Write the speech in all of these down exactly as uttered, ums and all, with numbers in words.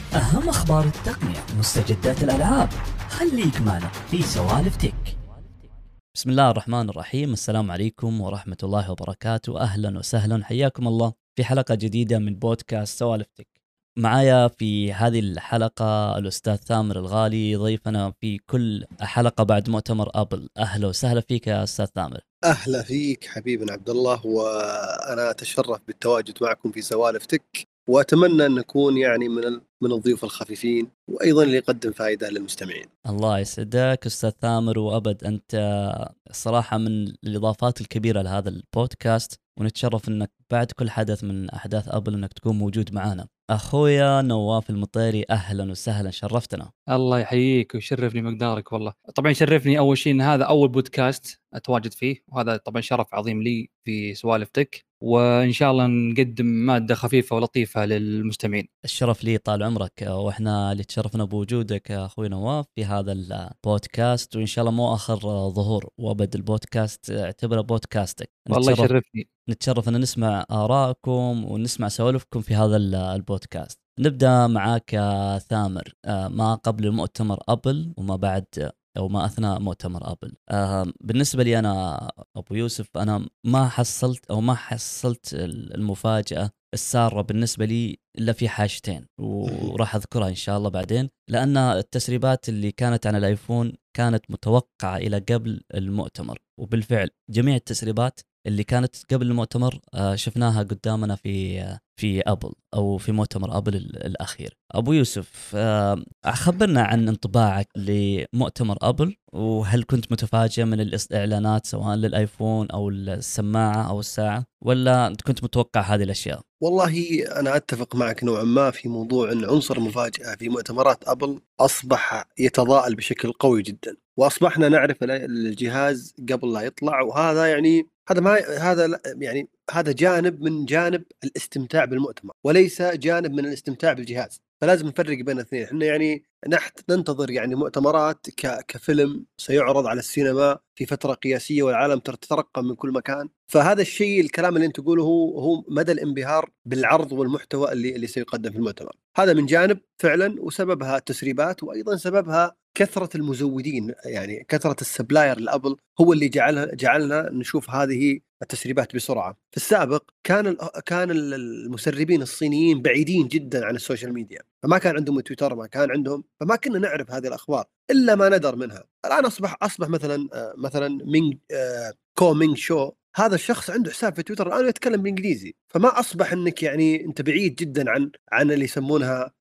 أهم أخبار التقنية ومستجدات الألعاب، خليك معنا في سوالف تك. بسم الله الرحمن الرحيم. السلام عليكم ورحمة الله وبركاته. أهلا وسهلا، حياكم الله في حلقة جديدة من بودكاست سوالف تك. معايا في هذه الحلقة الأستاذ ثامر الغالي، ضيفنا في كل حلقة بعد مؤتمر أبل. أهلا وسهلا فيك يا أستاذ ثامر. أهلا فيك حبيبنا عبد الله، وأنا أتشرف بالتواجد معكم في سوالف تك، وأتمنى أن نكون يعني من من الضيوف الخفيفين، وأيضا اللي يقدم فائدة للمستمعين. الله يسعدك أستاذ ثامر، وأبد أنت صراحة من الإضافات الكبيرة لهذا البودكاست، ونتشرف أنك بعد كل حدث من أحداث أبل أنك تكون موجود معنا. أخويا نواف المطيري، أهلا وسهلا، شرفتنا. الله يحييك ويشرفني مقدارك والله. طبعا يشرفني أول شيء إن هذا أول بودكاست أتواجد فيه، وهذا طبعا شرف عظيم لي في سوالف تك، وإن شاء الله نقدم مادة خفيفة ولطيفة للمستمعين. الشرف لي، طال عمرك، وإحنا اللي تشرفنا بوجودك يا أخوي نواف في هذا البودكاست، وإن شاء الله مو آخر ظهور، وأبد البودكاست اعتبره بودكاستك. والله نتشرف يشرفني. نتشرف أن نسمع آراءكم ونسمع سوالفكم في هذا البودكاست. نبدأ معاك يا ثامر، ما قبل المؤتمر أبل وما بعد أو ما أثناء مؤتمر أبل. بالنسبة لي أنا أبو يوسف، أنا ما حصلت أو ما حصلت المفاجأة السارة بالنسبة لي إلا في حاجتين، وراح أذكرها إن شاء الله بعدين، لأن التسريبات اللي كانت عن الآيفون كانت متوقعة إلى قبل المؤتمر، وبالفعل جميع التسريبات اللي كانت قبل المؤتمر شفناها قدامنا في في أبل أو في مؤتمر أبل الأخير. أبو يوسف، أخبرنا عن انطباعك لمؤتمر أبل، وهل كنت متفاجئ من الإعلانات سواء للآيفون أو السماعة أو الساعة، ولا كنت متوقع هذه الأشياء؟ والله أنا أتفق معك نوعا ما في موضوع أن عنصر المفاجأة في مؤتمرات أبل أصبح يتضاءل بشكل قوي جدا، وأصبحنا نعرف الجهاز قبل لا يطلع، وهذا يعني هذا ما هذا يعني هذا جانب من جانب الاستمتاع بالمؤتمر، وليس جانب من الاستمتاع بالجهاز. فلازم نفرق بين الاثنين. احنا يعني نحت ننتظر يعني مؤتمرات ك كفيلم سيعرض على السينما في فترة قياسية، والعالم تترقم من كل مكان. فهذا الشيء، الكلام اللي انت تقوله هو هو مدى الانبهار بالعرض والمحتوى اللي اللي سيقدم في المؤتمر. هذا من جانب فعلا، وسببها التسريبات، وايضا سببها كثرة المزودين، يعني كثرة السبلاير لأبل هو اللي جعلها جعلنا نشوف هذه التسريبات بسرعة. في السابق كان كان المسربين الصينيين بعيدين جدا عن السوشيال ميديا، فما كان عندهم تويتر، ما كان عندهم، فما كنا نعرف هذه الأخبار إلا ما ندر منها. الآن أصبح أصبح مثلا مثلا مينغ كو مينغ شو، هذا الشخص عنده حساب في تويتر الآن يتكلم بالإنجليزي، فما أصبح أنك يعني أنت بعيد جدا عن عن اللي يسمونها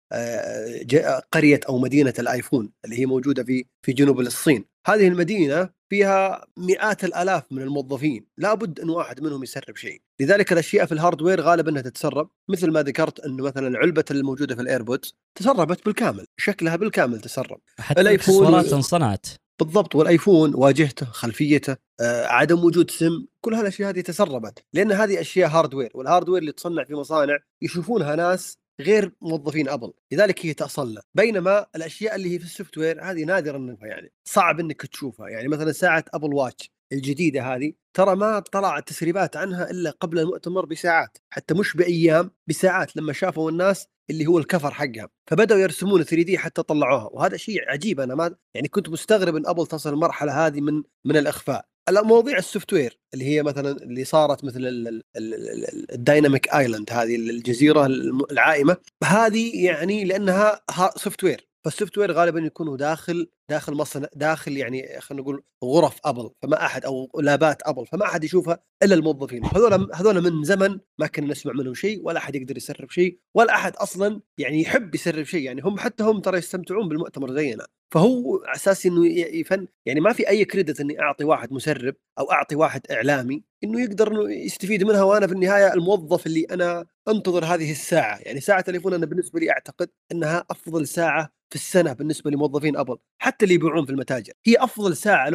قرية أو مدينة الآيفون اللي هي موجودة في في جنوب الصين. هذه المدينة فيها مئات الآلاف من الموظفين، لابد أن واحد منهم يسرب شيء. لذلك الأشياء في الهاردوير غالبا أنها تتسرب، مثل ما ذكرت أنه مثلا العلبة الموجودة في الإيربودز تسربت بالكامل، شكلها بالكامل تسرب. حتى الآيفون الاكسسوارات انصنعت بالضبط، والآيفون واجهته، خلفيته، آه، عدم وجود سم، كل هالأشياء هذه تسربت، لأن هذه أشياء هاردوير، والهاردوير اللي تصنع في مصانع يشوفونها ناس غير موظفين أبل، لذلك هي تأصل. بينما الأشياء اللي هي في السوفت وير هذه نادرا انها يعني صعب انك تشوفها. يعني مثلا ساعة أبل واتش الجديدة هذه ترى ما طلع التسريبات عنها إلا قبل المؤتمر بساعات، حتى مش بأيام، بساعات، لما شافوا الناس اللي هو الكفر حقها فبدأوا يرسمون ثري دي حتى طلعوها. وهذا شيء عجيب، أنا ما يعني كنت مستغرب أن أبل تصل المرحلة هذه من من الإخفاء. المواضيع السوفت وير اللي هي مثلا اللي صارت مثل الدايناميك ايلاند، هذه الجزيره العائمه، هذه يعني لانها سوفت وير، فالسوفت وير غالبا يكونوا داخل داخل مصنع، داخل يعني خلينا نقول غرف ابل، فما احد او لابات ابل فما احد يشوفها الا الموظفين. هذول هذول من زمن ما كنا نسمع منهم شيء، ولا احد يقدر يسرب شيء، ولا احد اصلا يعني يحب يسرب شيء. يعني هم حتى هم ترى يستمتعون بالمؤتمر زينا، فهو اساسي انه يفن. يعني ما في اي كريدت اني اعطي واحد مسرب او اعطي واحد اعلامي انه يقدر انه يستفيد منها، وانا في النهايه الموظف اللي انا انتظر هذه الساعه. يعني ساعه تليفون انا بالنسبه لي اعتقد انها افضل ساعه في السنه بالنسبه لموظفين ابل، حتى اللي يبيعون في المتاجر هي افضل ساعه لهم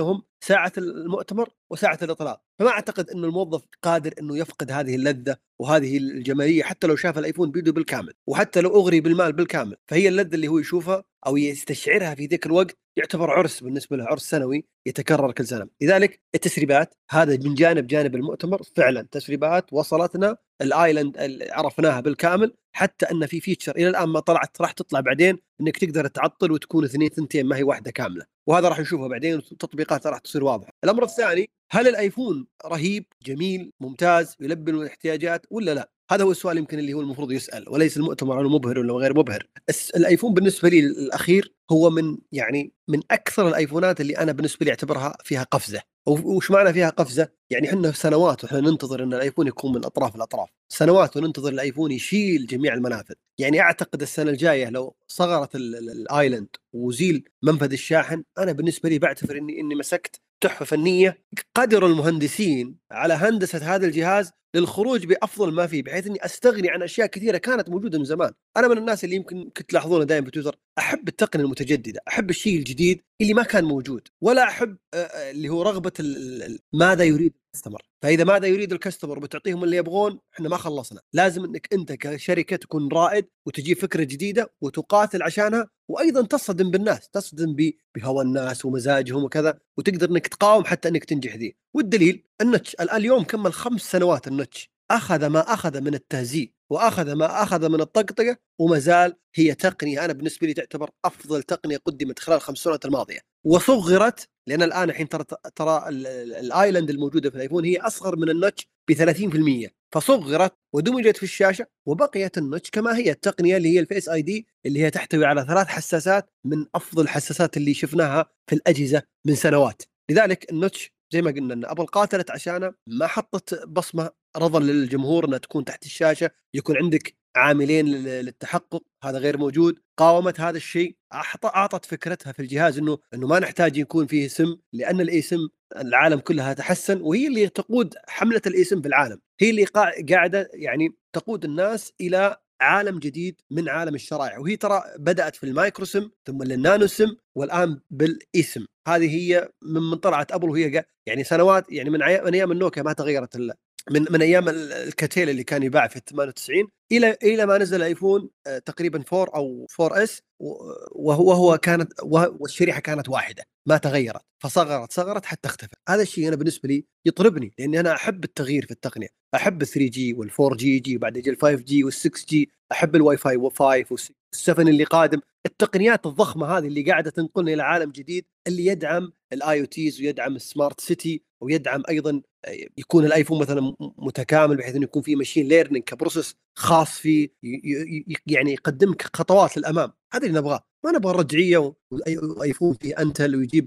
ساعة المؤتمر وساعة الإطلاق. فما أعتقد أنه الموظف قادر أنه يفقد هذه اللذة وهذه الجمالية حتى لو شاف الآيفون بيده بالكامل، وحتى لو أغري بالمال بالكامل. فهي اللذة اللي هو يشوفها أو يستشعرها في ذيك الوقت يعتبر عرس بالنسبة له، عرس سنوي يتكرر كل سنة. لذلك التسريبات هذا من جانب جانب المؤتمر فعلا تسريبات وصلتنا الايلاند اللي عرفناها بالكامل، حتى ان في فيتشر الى الان ما طلعت راح تطلع بعدين انك تقدر تعطل وتكون اثنين ثنتين ما هي واحده كامله، وهذا راح نشوفه بعدين وتطبيقاتها راح تصير واضحه. الامر الثاني، هل الايفون رهيب جميل ممتاز يلبي الاحتياجات ولا لا؟ هذا هو السؤال يمكن اللي هو المفروض يسأل، وليس المؤتمر عنه مبهر ولا غير مبهر. الايفون بالنسبه لي الاخير هو من يعني من اكثر الايفونات اللي انا بالنسبه لي اعتبرها فيها قفزه. وش معنى فيها قفزه؟ يعني احنا سنوات واحنا ننتظر ان الايفون يكون من اطراف الاطراف، سنوات وننتظر الايفون يشيل جميع المنافذ. يعني اعتقد السنه الجايه لو صغرت الايلاند وزيل منفذ الشاحن، انا بالنسبه لي بعتبر اني اني مسكت تحفه فنيه. قدر المهندسين على هندسه هذا الجهاز للخروج بافضل ما فيه، بحيث اني استغني عن اشياء كثيره كانت موجوده من زمان. انا من الناس اللي يمكن كنت تلاحظونه دائما في تويتر، احب التقنيه المتجدده، احب الشيء الجديد اللي ما كان موجود، ولا احب اللي هو رغبه ماذا يريد الكاستمر. فاذا ماذا يريد الكاستمر بتعطيهم اللي يبغون، احنا ما خلصنا. لازم انك انت كشركه تكون رائد وتجيب فكره جديده وتقاتل عشانها، وايضا تصدم بالناس، تصدم بهوى الناس ومزاجهم وكذا، وتقدر انك تقاوم حتى انك تنجح ذي. والدليل النتش الان اليوم كمل خمس سنوات، النتش اخذ ما اخذ من التهزيء واخذ ما اخذ من الطقطقه، وما زال هي تقنيه انا بالنسبه لي تعتبر افضل تقنيه قدمت خلال الخمس سنوات الماضيه. وصغرت لان الان الحين ترى ترى الايلاند الموجوده في الايفون هي اصغر من النتش ب ثلاثين بالمئة، فصغرت ودمجت في الشاشه وبقيت النتش كما هي. التقنيه اللي هي الفيس اي دي اللي هي تحتوي على ثلاث حساسات من افضل الحساسات اللي شفناها في الاجهزه من سنوات. لذلك النتش زي ما قلنا ان ابل قاتلت عشانه، ما حطت بصمه رضا للجمهور انها تكون تحت الشاشه، يكون عندك عاملين للتحقق، هذا غير موجود. قاومت هذا الشيء، اعطت فكرتها في الجهاز انه انه ما نحتاج يكون فيه سم، لان الاي سم العالم كلها تحسن، وهي اللي تقود حمله الاي سم في العالم، هي اللي قاعده يعني تقود الناس الى عالم جديد من عالم الشرائع. وهي ترى بدأت في المايكرو سم ثم النانو سم والآن بالإيسم. هذه هي من من طلعت أبل، وهي يعني سنوات، يعني من من أيام النوكيا ما تغيرت إلا من من أيام الكتيل اللي كان يباع في ثمانية وتسعين إلى إلى ما نزل الايفون تقريبا فور أو فور إس، وهو هو كانت والشريحة كانت واحدة ما تغيرت، فصغرت صغرت حتى اختفت. هذا الشيء أنا بالنسبة لي يطربني، لأني أنا أحب التغيير في التقنية، أحب ال ثري جي وال فور جي جي وبعد يجي ال فايف جي وال سكس جي، أحب الواي فاي وفايف والسفن اللي قادم. التقنيات الضخمة هذه اللي قاعدة تنقلنا إلى عالم جديد اللي يدعم الاي او تيز ويدعم السمارت سيتي، ويدعم أيضا يكون الايفون مثلا متكامل بحيث انه يكون فيه ماشين ليرنينج كبروسس خاص فيه، يعني يقدمك خطوات للامام. هذا اللي نبغاه، ما نبغى رجعيه وايفون فيه انتل ويجيب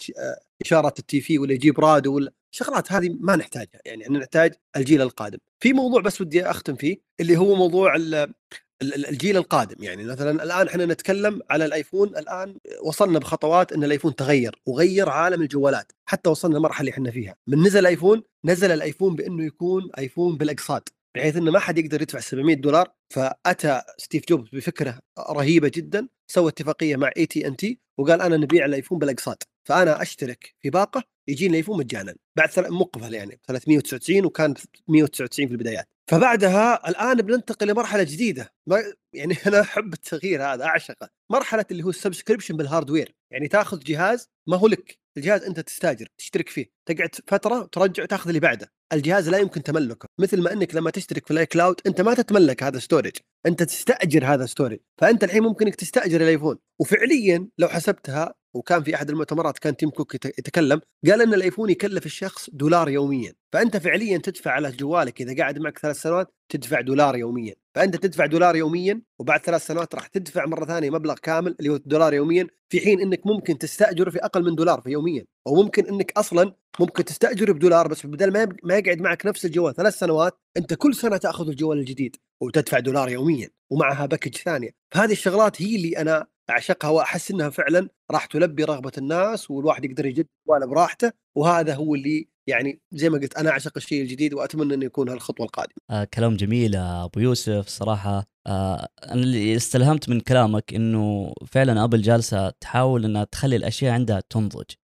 اشارات التي في ولا يجيب رادو ولا شغلات هذه ما نحتاجها. يعني احنا نحتاج الجيل القادم. في موضوع بس ودي اختم فيه اللي هو موضوع الجيل القادم. يعني مثلا الان احنا نتكلم على الايفون، الان وصلنا بخطوات ان الايفون تغير وغير عالم الجوالات، حتى وصلنا المرحله اللي احنا فيها. من نزل الايفون نزل الايفون بانه يكون ايفون بالاقساط، بحيث انه ما حد يقدر يدفع سبعمية دولار. فاتى ستيف جوبز بفكره رهيبه جدا، سوى اتفاقيه مع اي تي ان تي وقال انا نبيع الايفون بالاقساط، فانا اشترك في باقه يجيني الايفون مجانا بعد مقبل يعني ثلاثمية وتسعة وتسعين، وكان مية وتسعة وتسعين في البدايات. فبعدها الآن بننتقل لمرحلة جديدة. يعني أنا أحب التغيير هذا، أعشقه. مرحلة اللي هو السبسكريبشن بالهاردوير، يعني تأخذ جهاز ما هو لك، الجهاز أنت تستاجر تشترك فيه، تقعد فترة ترجع تأخذ اللي بعده. الجهاز لا يمكن تملكه، مثل ما أنك لما تشترك في الاي كلاود أنت ما تتملك هذا ستورج، أنت تستأجر هذا ستورج. فأنت الحين ممكن إنك تستأجر الايفون. وفعليا لو حسبتها، وكان في أحد المؤتمرات كان تيم كوك يتكلم قال أن الايفون يكلف الشخص دولار يوميا، فأنت فعليا تدفع على جوالك إذا قاعد معك ثلاث سنوات تدفع دولار يوميا. فأنت تدفع دولار يوميا وبعد ثلاث سنوات راح تدفع مرة ثانية مبلغ كامل اللي هو دولار يوميا، في حين إنك ممكن تستأجره في أقل من دولار في يوميا، أو ممكن إنك أصلا ممكن تستأجره بدولار بس بدل ما ما يقعد معك نفس الجوال ثلاث سنوات، أنت كل سنة تأخذ الجوال الجديد وتدفع دولار يوميا ومعها باكج ثانية. فهذه الشغلات هي اللي أنا أعشقها، وأحس إنها فعلا راح تلبي رغبة الناس، والواحد يقدر يجد جواله براحته. وهذا هو اللي يعني زي ما قلت أنا أعشق الشيء الجديد، وأتمنى أن يكون هالخطوة القادمة. آه كلام جميل أبو يوسف صراحة. آه أنا اللي استلهمت من كلامك إنه فعلا أبل جالسة تحاول أنها تخلي الأشياء عندها تنضج،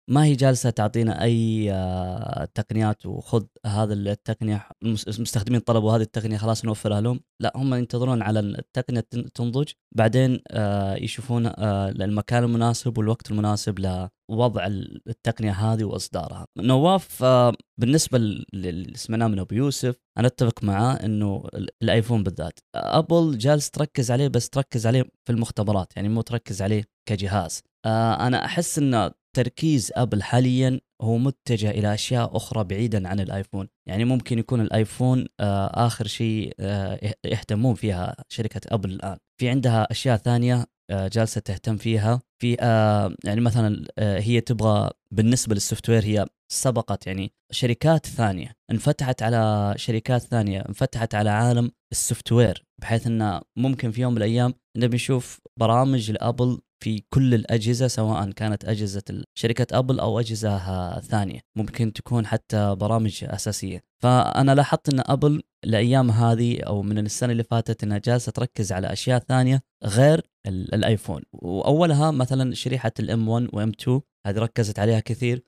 ما هي جالسة تعطينا أي آه، تقنيات وخذ هذا التقنية، المستخدمين طلبوا هذه التقنية خلاص نوفرها لهم. لا، هم ينتظرون على التقنية تنضج، بعدين آه، يشوفون آه، المكان المناسب والوقت المناسب لوضع التقنية هذه وإصدارها. نواف، آه، بالنسبة اللي سمعناه من أبو يوسف، أنا أتفق معاه إنه الآيفون بالذات أبل جالس تركز عليه، بس تركز عليه في المختبرات، يعني مو تركز عليه كجهاز. آه، أنا أحس إن تركيز أبل حاليا هو متجه إلى أشياء أخرى بعيدا عن الآيفون. يعني ممكن يكون الآيفون آه آخر شيء آه يهتمون فيها شركة أبل الآن، في عندها أشياء ثانية آه جالسة تهتم فيها. في آه يعني مثلا آه هي تبغى بالنسبة للسوفت وير، هي سبقت يعني شركات ثانية، انفتحت على شركات ثانية، انفتحت على عالم السوفت وير، بحيث أنه ممكن في يوم من الأيام نبي نشوف برامج لأبل في كل الأجهزة، سواء كانت أجهزة شركة أبل أو أجهزة ثانية، ممكن تكون حتى برامج أساسية. فأنا لاحظت أن أبل الأيام هذه أو من السنة اللي فاتت أنها جالسة تركز على أشياء ثانية غير الآيفون، وأولها مثلا شريحة الام واحد وام اثنين، هذه ركزت عليها كثير.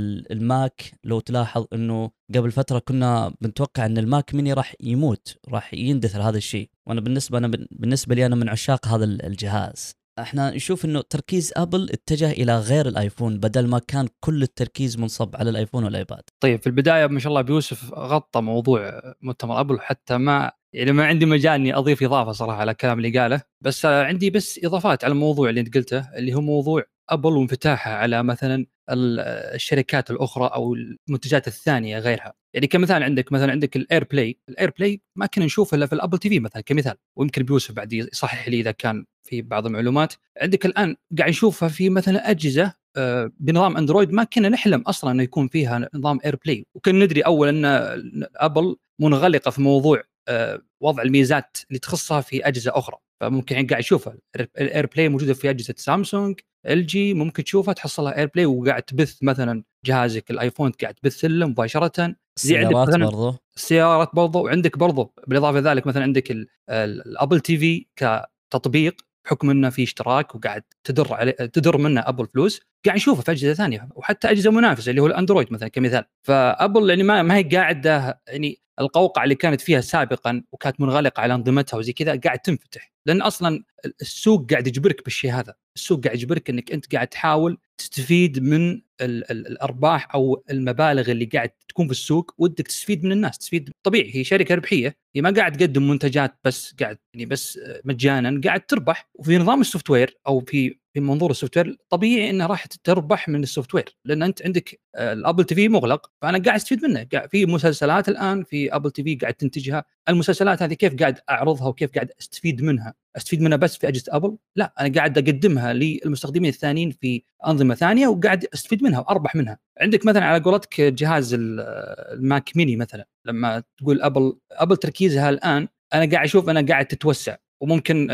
الماك لو تلاحظ أنه قبل فترة كنا بنتوقع أن الماك ميني راح يموت، راح يندثر هذا الشيء، وأنا بالنسبة أنا بالنسبة لي أنا من عشاق هذا الجهاز. احنا نشوف انه تركيز ابل اتجه الى غير الايفون، بدل ما كان كل التركيز منصب على الايفون والايباد. طيب في البدايه ما شاء الله بيوسف غطى موضوع مؤتمر ابل، حتى ما يعني ما عندي مجال اني اضيف اضافه صراحه على الكلام اللي قاله، بس عندي بس اضافات على الموضوع اللي انت قلته، اللي هو موضوع ابل وانفتاحها على مثلا الشركات الاخرى او المنتجات الثانيه غيرها. يعني كمثال عندك مثلا عندك الاير بلاي، الاير بلاي ما كنا نشوفه الا في الابل تي في مثلا كمثال، ويمكن بيوسف بعد يصحح لي اذا كان في بعض المعلومات. عندك الان قاعد نشوفها في مثلا اجهزه بنظام اندرويد ما كنا نحلم اصلا انه يكون فيها نظام اير بلاي، وكنا ندري اول ان ابل منغلقه في موضوع وضع الميزات اللي تخصها في اجهزه اخرى. فممكن قاعد نشوفها الاير بلاي موجوده في اجهزه سامسونج، ال جي، ممكن تشوفها تحصلها اير بلاي وقاعد تبث مثلا جهازك الايفون قاعد تبث له مباشره. زي عندك برضو السيارات برضو، وعندك برضو بالاضافه ذلك مثلا عندك الابل تي في كتطبيق، بحكم انه في اشتراك وقاعد تدر عليه تدر منه ابل فلوس، قاعد نشوفه في اجهزه ثانيه وحتى اجهزه منافسه اللي هو الاندرويد مثلا كمثال. فابل يعني ما ما هي قاعده يعني القوقعه اللي كانت فيها سابقا وكانت منغلقه على انظمتها وزي كذا قاعد تنفتح، لان اصلا السوق قاعد يجبرك بالشيء هذا. السوق قاعد يجبرك انك انت قاعد تحاول تستفيد من ال ال الارباح او المبالغ اللي قاعد تكون في السوق، ودك تستفيد من الناس، تستفيد. طبيعي هي شركه ربحيه، هي ما قاعد تقدم منتجات بس قاعد يعني بس مجانا، قاعد تربح. وفي نظام السوفت وير او في في منظور السوفت وير طبيعي انها راح تربح من السوفت وير، لان انت عندك الابل تي في مغلق، فانا قاعد استفيد منه. قاعد في مسلسلات الان في ابل تي في قاعد تنتجها، المسلسلات هذه كيف قاعد اعرضها وكيف قاعد استفيد منها؟ استفيد منها بس في اجهزه ابل؟ لا، انا قاعد اقدمها للمستخدمين الثانيين في انظمه ثانيه وقاعد استفيد منها واربح منها. عندك مثلا على قولتك جهاز الماك ميني مثلا، لما تقول ابل ابل تركيزها الان، انا قاعد اشوف انا قاعد تتوسع. وممكن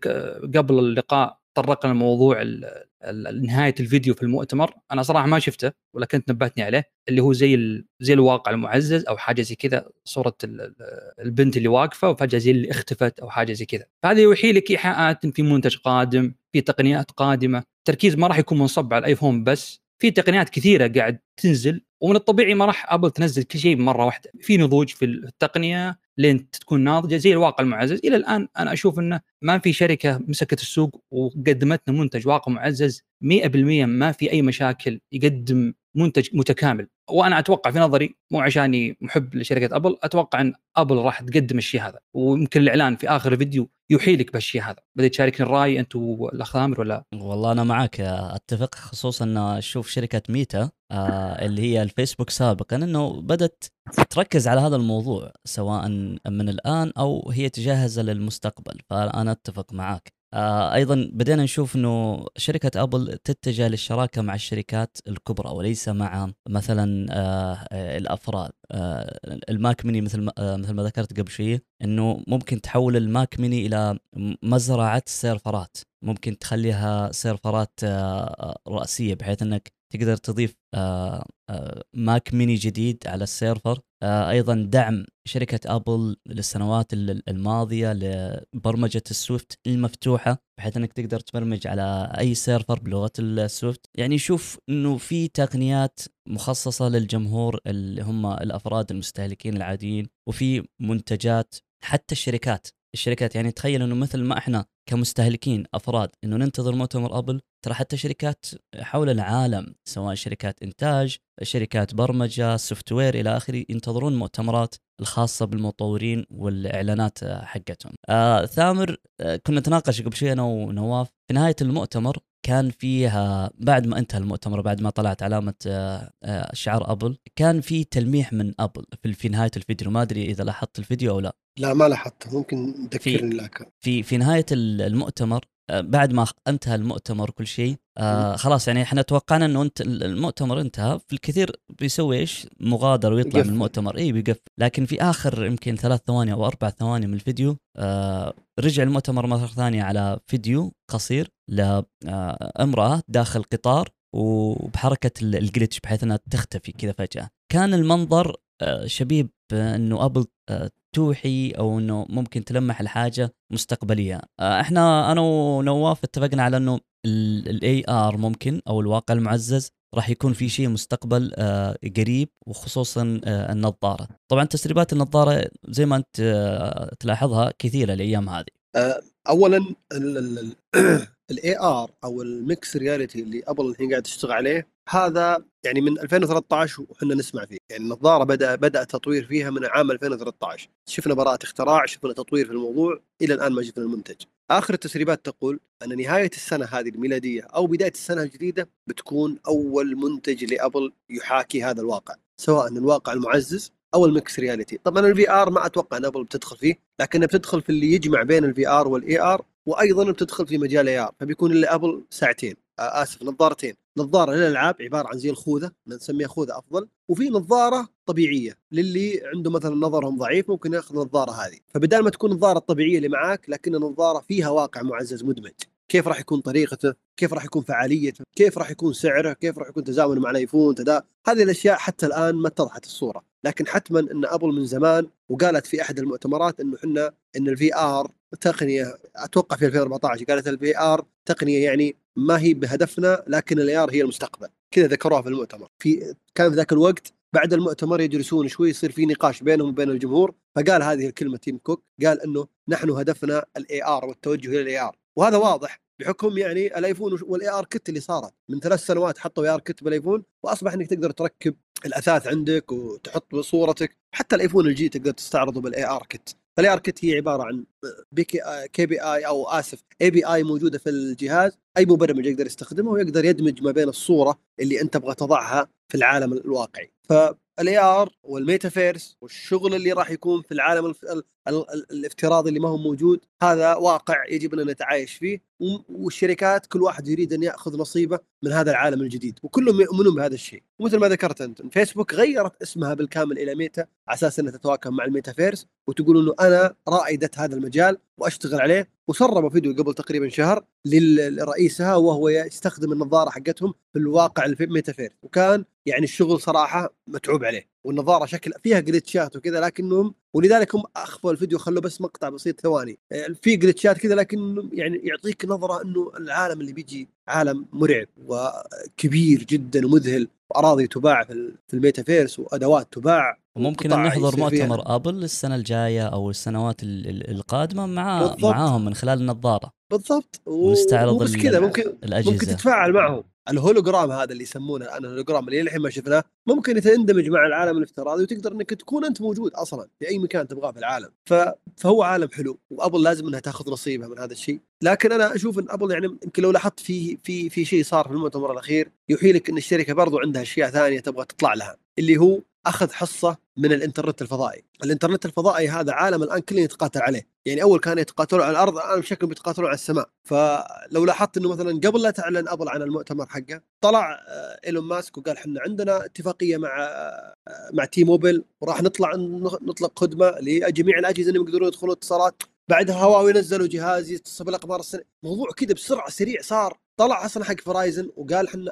قبل اللقاء طرقنا الموضوع نهايه الفيديو في المؤتمر، انا صراحه ما شفته ولا كنت نبهتني عليه، اللي هو زي زي الواقع المعزز او حاجه زي كذا، صوره البنت اللي واقفه وفجاه زي اللي اختفت او حاجه زي كذا. فهذا يوحي لك ايحاءات في منتج قادم، في تقنيات قادمه. تركيز ما راح يكون منصب على الايفون بس، في تقنيات كثيره قاعد تنزل، ومن الطبيعي ما راح ابل تنزل كل شيء مره واحده. في نضوج في التقنيه لين تكون ناضجه زي الواقع المعزز. الى الان انا اشوف انه ما في شركه مسكت السوق وقدمت لنا منتج واقع معزز مئة بالمئة، ما في اي مشاكل، يقدم منتج متكامل. وانا اتوقع في نظري، مو عشاني محب لشركه ابل، اتوقع ان ابل راح تقدم الشيء هذا، ويمكن الاعلان في اخر الفيديو يوحي لك بالشيء هذا. بدي تشاركني الراي انت والاخ ثامر ولا؟ والله انا معك اتفق، خصوصا ان اشوف شركه ميتا آه اللي هي الفيسبوك سابقا انه بدت تركز على هذا الموضوع، سواء من الان او هي تجهز للمستقبل. فانا اتفق معك. آه ايضا بدينا نشوف انه شركه ابل تتجه للشراكه مع الشركات الكبرى وليس مع مثلا آه الافراد. آه الماك ميني مثل ما آه مثل ما ذكرت قبل شوي، انه ممكن تحول الماك ميني الى مزرعه سيرفرات، ممكن تخليها سيرفرات آه رئيسيه، بحيث انك تقدر تضيف آه آه ماك ميني جديد على السيرفر. آه ايضا دعم شركة أبل للسنوات الماضية لبرمجة السويفت المفتوحة، بحيث أنك تقدر تبرمج على أي سيرفر بلغة السويفت. يعني شوف أنه في تقنيات مخصصة للجمهور اللي هم الأفراد المستهلكين العاديين، وفي منتجات حتى الشركات الشركات يعني تخيل أنه مثل ما إحنا كمستهلكين أفراد أنه ننتظر مؤتمر أبل، ترى حتى شركات حول العالم سواء شركات إنتاج، شركات برمجة، سوفت وير إلى آخره ينتظرون مؤتمرات الخاصة بالمطورين والإعلانات حقتهم. آه ثامر، آه كنا نتناقش قبل شوي أنا ونواف في نهاية المؤتمر، كان فيها بعد ما انتهى المؤتمر بعد ما طلعت علامة آه آه شعار أبل، كان في تلميح من أبل في, في نهاية الفيديو. ما أدري إذا لاحظت الفيديو أو لا. لا ما لاحظته، ممكن تذكرني لك. في في نهاية المؤتمر بعد ما انتهى المؤتمر كل شيء آه خلاص، يعني احنا توقعنا انه انت المؤتمر انتهى، في الكثير بيسوي ايش مغادر ويطلع من المؤتمر، اي بيقفل. لكن في اخر يمكن ثلاث ثواني او اربع ثواني من الفيديو آه رجع المؤتمر مرة ثانية على فيديو قصير لامرأة داخل قطار وبحركة الجليتش بحيث انها تختفي كذا فجأة. كان المنظر آه شبيه انه ابل آه توحي او انه ممكن تلمح الحاجه مستقبليه. احنا انا ونواف اتفقنا على انه الاي ار ممكن او الواقع المعزز راح يكون في شيء مستقبل قريب، وخصوصا النظاره. طبعا تسريبات النظاره زي ما انت تلاحظها كثيره الايام هذه. اولا الاي ار او الميكس رياليتي اللي ابل الحين قاعد تشتغل عليه، هذا يعني من ألفين وثلاثة عشر وحنا نسمع فيه. يعني النظاره بدا بدا تطوير فيها من عام ألفين وثلاثة عشر، شفنا براءه اختراع، شفنا تطوير في الموضوع، الى الان ما شفنا المنتج. اخر التسريبات تقول ان نهايه السنه هذه الميلاديه او بدايه السنه الجديده بتكون اول منتج لابل يحاكي هذا الواقع، سواء الواقع المعزز او الميكس رياليتي. طبعا الفي ار ما اتوقع ان ابل بتدخل فيه، لكنها بتدخل في اللي يجمع بين الفي ار والاي ار، وايضا بتدخل في مجال اي ار. فبيكون اللي ابل ساعتين آه اسف نظارتين، نظاره للالعاب عباره عن زي الخوذه، نسميها خوذه افضل، وفي نظاره طبيعيه للي عنده مثلا نظرهم ضعيف ممكن ياخذ النظاره هذه. فبدال ما تكون النظاره الطبيعيه اللي معاك، لكن النظاره فيها واقع معزز مدمج. كيف راح يكون طريقته، كيف راح يكون فعاليته، كيف راح يكون سعره، كيف راح يكون تزامنه مع الايفون تدا، هذه الاشياء حتى الان ما اتضحت الصوره. لكن حتما ان ابل من زمان وقالت في احد المؤتمرات انه احنا ان الفي ار تقنيه، اتوقع في ألفين وأربعة عشر قالت الفي ار تقنيه يعني ما هي بهدفنا، لكن الاي ار هي المستقبل. كذا ذكروها في المؤتمر. في كان في ذاك الوقت بعد المؤتمر يجلسون شوي يصير في نقاش بينهم وبين الجمهور، فقال هذه الكلمه تيم كوك، قال انه نحن هدفنا الاي ار والتوجه الى الاي ار. وهذا واضح بحكم يعني الايفون والاي ار كت اللي صارت من ثلاث سنوات، حطوا اي ار كت بالايفون واصبح انك تقدر تركب الاثاث عندك وتحط صورتك. حتى الايفون الجي تقدر تستعرضه بالاي ار كت. فالاي ار كت هي عباره عن كي بي اي او اسف اي بي اي موجوده في الجهاز، اي مبرمج يقدر يستخدمه ويقدر يدمج ما بين الصوره اللي انت تبغى تضعها في العالم الواقعي. فالاي ار والميتافيرس والشغل اللي راح يكون في العالم ال ال ال الافتراضي اللي ما هو موجود، هذا واقع يجب ان نتعايش فيه، والشركات كل واحد يريد ان ياخذ نصيبه من هذا العالم الجديد، وكلهم يؤمنون بهذا الشيء. ومثل ما ذكرت انت، فيسبوك غيرت اسمها بالكامل الى ميتا على اساس انها تتواكب مع الميتافيرس وتقول انه انا رائده هذا المجال واشتغل عليه. وسربوا فيديو قبل تقريبا شهر لرئيسها وهو يستخدم النظاره حقتهم في الواقع الميتافيرس، وكان يعني الشغل صراحه متعوب عليه، والنظاره شكل فيها جليتشات وكذا، لكنهم ولذلك هم اخفوا الفيديو، خلوا بس مقطع بسيط ثواني في جليتشات كذا، لكن يعني يعطيك نظره انه العالم اللي بيجي عالم مرعب وكبير جدا ومذهل، واراضي تباع في الميتافيرس وادوات تباع. وممكن ان نحضر مؤتمر ابل السنه الجايه او السنوات القادمه مع بالضبط. معاهم من خلال النظاره بالضبط، ونستعرض مش كذا، ممكن الأجهزة. ممكن تتفاعل معهم. الهولوجرام هذا اللي يسمونه الان الهولوجرام اللي الحين ما شفناه، ممكن يتندمج مع العالم الافتراضي وتقدر انك تكون انت موجود اصلا في اي مكان تبغاه في العالم. فهو عالم حلو، وابل لازم انها تاخذ نصيبها من هذا الشيء. لكن انا اشوف ان ابل يعني يمكن لو لاحظت في في في شيء صار في المؤتمر الاخير يوحي لك ان الشركه برضو عندها اشياء ثانيه تبغى تطلع لها، اللي هو اخذ حصه من الانترنت الفضائي. الانترنت الفضائي هذا عالم الان كله يتقاتل عليه، يعني اول كانوا يتقاتلوا على الارض، الان بشكل بيتقاتلوا على السماء. فلو لاحظت انه مثلا قبل لا تعلن ابل عن المؤتمر حقه، طلع ايلون ماسك وقال احنا عندنا اتفاقيه مع مع تي موبيل وراح نطلع نطلق خدمه لجميع الاجهزه اللي يقدرون يدخلون اتصالات. بعدها هواوي نزلوا جهاز يتصل بالاقمار الصناعيه. موضوع كذا بسرعه سريع صار، طلع اصلا حق فرايزن وقال احنا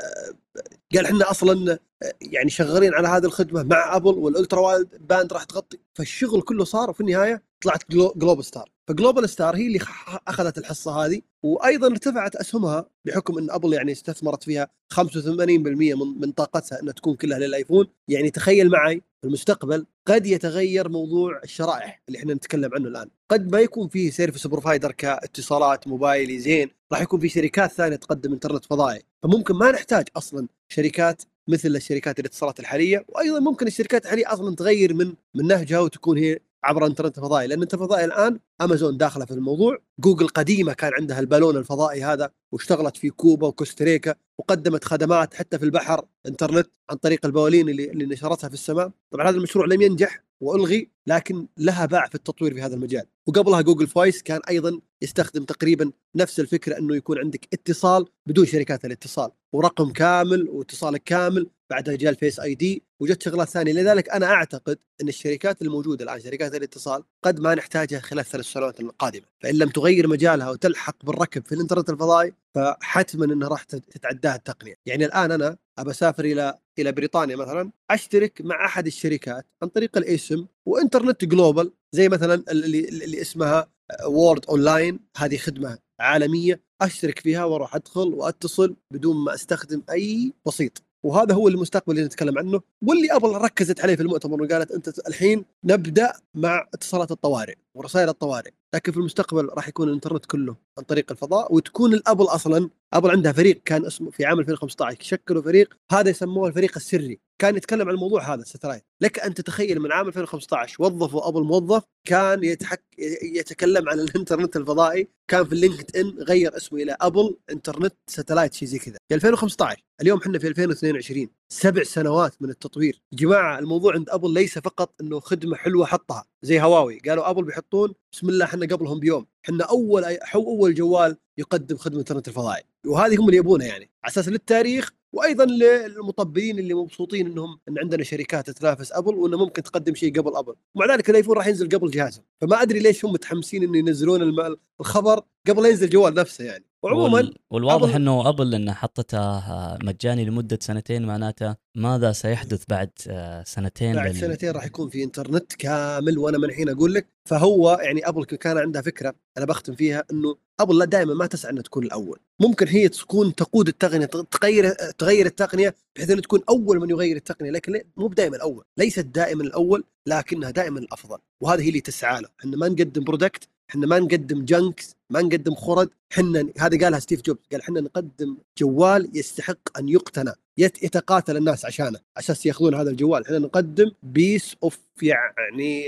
قال احنا اصلا يعني شغالين على هذه الخدمه مع ابل والالترا وايد باند راح تغطي. فالشغل كله صار وفي النهايه طلعت جلوبال ستار. فجلوبال ستار هي اللي اخذت الحصه هذه، وايضا ارتفعت اسهمها بحكم ان ابل يعني استثمرت فيها خمسة وثمانين بالمئة من من طاقتها انها تكون كلها للايفون. يعني تخيل معي في المستقبل قد يتغير موضوع الشرائح اللي احنا نتكلم عنه الان. قد ما يكون فيه سيرفيس بروفايدر كاتصالات موبايلي زين، راح يكون في شركات ثانيه تقدم انترنت فضائي. فممكن ما نحتاج اصلا شركات مثل الشركات الاتصالات الحاليه. وايضا ممكن الشركات الحاليه اصلا تغير من من نهجها وتكون هي عبر انترنت فضائي، لان الانترنت الفضائي الان امازون داخله في الموضوع. جوجل قديمه كان عندها البالون الفضائي هذا واشتغلت في كوبا وكوستاريكا وقدمت خدمات حتى في البحر انترنت عن طريق البوالين اللي, اللي نشرتها في السماء. طبعا هذا المشروع لم ينجح والغي، لكن لها باع في التطوير في هذا المجال. وقبلها جوجل فويس كان ايضا يستخدم تقريبا نفس الفكره، انه يكون عندك اتصال بدون شركات الاتصال ورقم كامل واتصالك كامل. بعدها جاء الفيس اي دي وجت شغلات ثانيه. لذلك انا اعتقد ان الشركات الموجوده الان شركات الاتصال قد ما نحتاجها خلال ثلاث سنوات القادمه، فان لم تغير مجالها وتلحق بالركب في الانترنت الفضائي فحتما انها راح تتعداها التقنيه. يعني الان انا ابى اسافر الى الى بريطانيا مثلا، اشترك مع احد الشركات عن طريق الاسم وانترنت جلوبال، زي مثلا اللي, اللي اسمها وورد اونلاين. هذه خدمه عالميه اشترك فيها واروح ادخل واتصل بدون ما استخدم اي وسيط. وهذا هو المستقبل اللي نتكلم عنه، واللي ابل ركزت عليه في المؤتمر وقالت انت الحين نبدا مع اتصالات الطوارئ ورسائل الطوارئ، لكن في المستقبل راح يكون الانترنت كله عن طريق الفضاء. وتكون الابل اصلا ابل عندها فريق كان اسمه في عام ألفين وخمسة عشر شكلوا فريق هذا يسموه الفريق السري، كان يتكلم عن الموضوع هذا الستلايت. لك ان تتخيل من عام ألفين وخمسة عشر وظفوا ابل موظف كان يتحك يتكلم عن الانترنت الفضائي، كان في اللينكد ان غير اسمه الى ابل انترنت ستلايت شيء زي كذا في ألفين وخمسة عشر. اليوم احنا في ألفين واثنين وعشرين، سبع سنوات من التطوير. يا جماعه الموضوع عند ابل ليس فقط انه خدمه حلوه حطها زي هواوي، قالوا ابل بيحطون بسم الله احنا قبلهم بيوم، احنا اول حو اول جوال يقدم خدمه الانترنت الفضائي، وهذه هم اللي يبونها يعني على اساس للتاريخ، وايضا للمطبلين اللي مبسوطين انهم ان عندنا شركات تنافس ابل وانه ممكن تقدم شيء قبل ابل. ومع ذلك الايفون راح ينزل قبل جهازهم، فما ادري ليش هم متحمسين انه ينزلون الخبر قبل ينزل الجوال نفسه يعني. وعموما وال... والواضح أبل... انه ابل انه حطتها مجاني لمده سنتين، معناته ماذا سيحدث بعد سنتين؟ بعد لل... سنتين راح يكون في انترنت كامل. وانا من الحين اقول لك، فهو يعني ابل كان عندها فكره انا بختم فيها، انه ابل لا دائما ما تسعى انها تكون الاول، ممكن هي تكون تقود التقنيه، تغير تغير التقنيه بحيث انها تكون اول من يغير التقنيه، لكن مو دائما الاول، ليست دائما الاول لكنها دائما الافضل. وهذه هي اللي تسعى له. احنا ما نقدم برودكت، احنا ما نقدم جنكس، ما نقدم خرد، احنا هذا قالها ستيف جوبز، قال احنا نقدم جوال يستحق ان يقتنى، يتقاتل الناس عشانه اساس ياخذون هذا الجوال. احنا نقدم بيس اوف يعني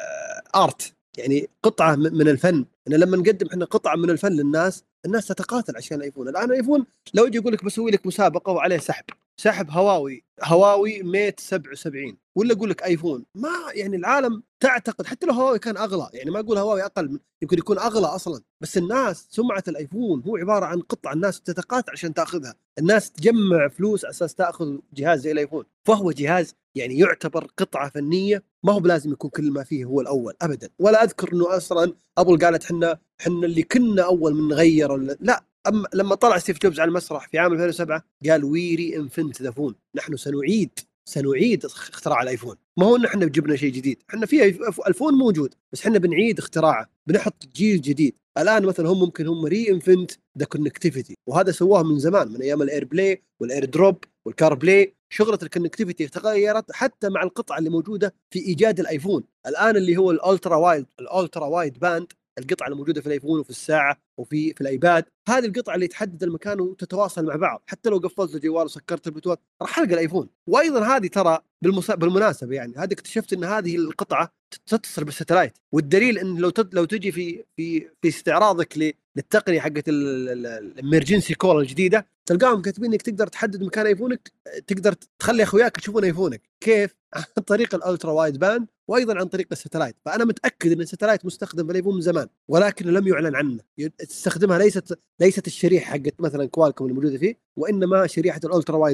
آه ارت، يعني قطعه من الفن. احنا لما نقدم احنا قطعه من الفن للناس، الناس تتقاتل عشان الايفون. الان الايفون لو يجي يقول لك بسوي لك مسابقه وعليه سحب سحب هواوي هواوي ميت سبعة وسبعين، ولا اقول لك ايفون، ما يعني العالم تعتقد حتى لو هواوي كان اغلى، يعني ما اقول هواوي اقل، يمكن يكون اغلى اصلا، بس الناس سمعه الايفون هو عباره عن قطعه الناس تتقاتل عشان تاخذها، الناس تجمع فلوس على اساس تاخذ جهاز زي الايفون. فهو جهاز يعني يعتبر قطعه فنيه، ما هو بلازم يكون كل ما فيه هو الاول ابدا. ولا اذكر انه اصلا ابل قالت احنا احنا اللي كنا اول من نغير، لا. أما لما طلع ستيف جوبز على المسرح في عام ألفين وسبعة قال ويري انفنت ذا فون، نحن سنعيد سنعيد اختراع الايفون. ما هو ان احنا جبنا شيء جديد، احنا في الفون موجود بس احنا بنعيد اختراعه، بنحط جيل جديد. الان مثلا هم ممكن هم ري انفنت ذا كونكتيفيتي، وهذا سواه من زمان، من ايام الاير بلاي والاير دروب والكار بلاي. شغله الكونكتيفيتي تغيرت حتى مع القطعه اللي موجوده في ايجاد الايفون الان، اللي هو الالترا وايد الالترا وايد باند، القطعه الموجوده في الايفون وفي الساعه وفي في الايباد. هذه القطعه اللي تحدد المكان وتتواصل مع بعض، حتى لو قفلت الجوال وسكرت البلوتوث راح القى الايفون. وايضا هذه ترى بالمسا... بالمناسبه يعني هذه اكتشفت ان هذه القطعه تتصل بالستلايت، والدليل ان لو تد... لو تجي في في في استعراضك ل... للتقنيه حقت الامرجنسي كول الجديده، تلقاهم كاتبين انك تقدر تحدد مكان ايفونك، تقدر تخلي اخوياك يشوفون ايفونك كيف عن طريق الالترا وايد باند، وايضا عن طريق الستلايت. فانا متاكد ان الستلايت مستخدم في الايفون من زمان ولكن لم يعلن عنه. تستخدمها ليست ليست الشريحه حقت مثلا كوالكوم الموجوده فيه، وانما شريحه الالترا وايد باند.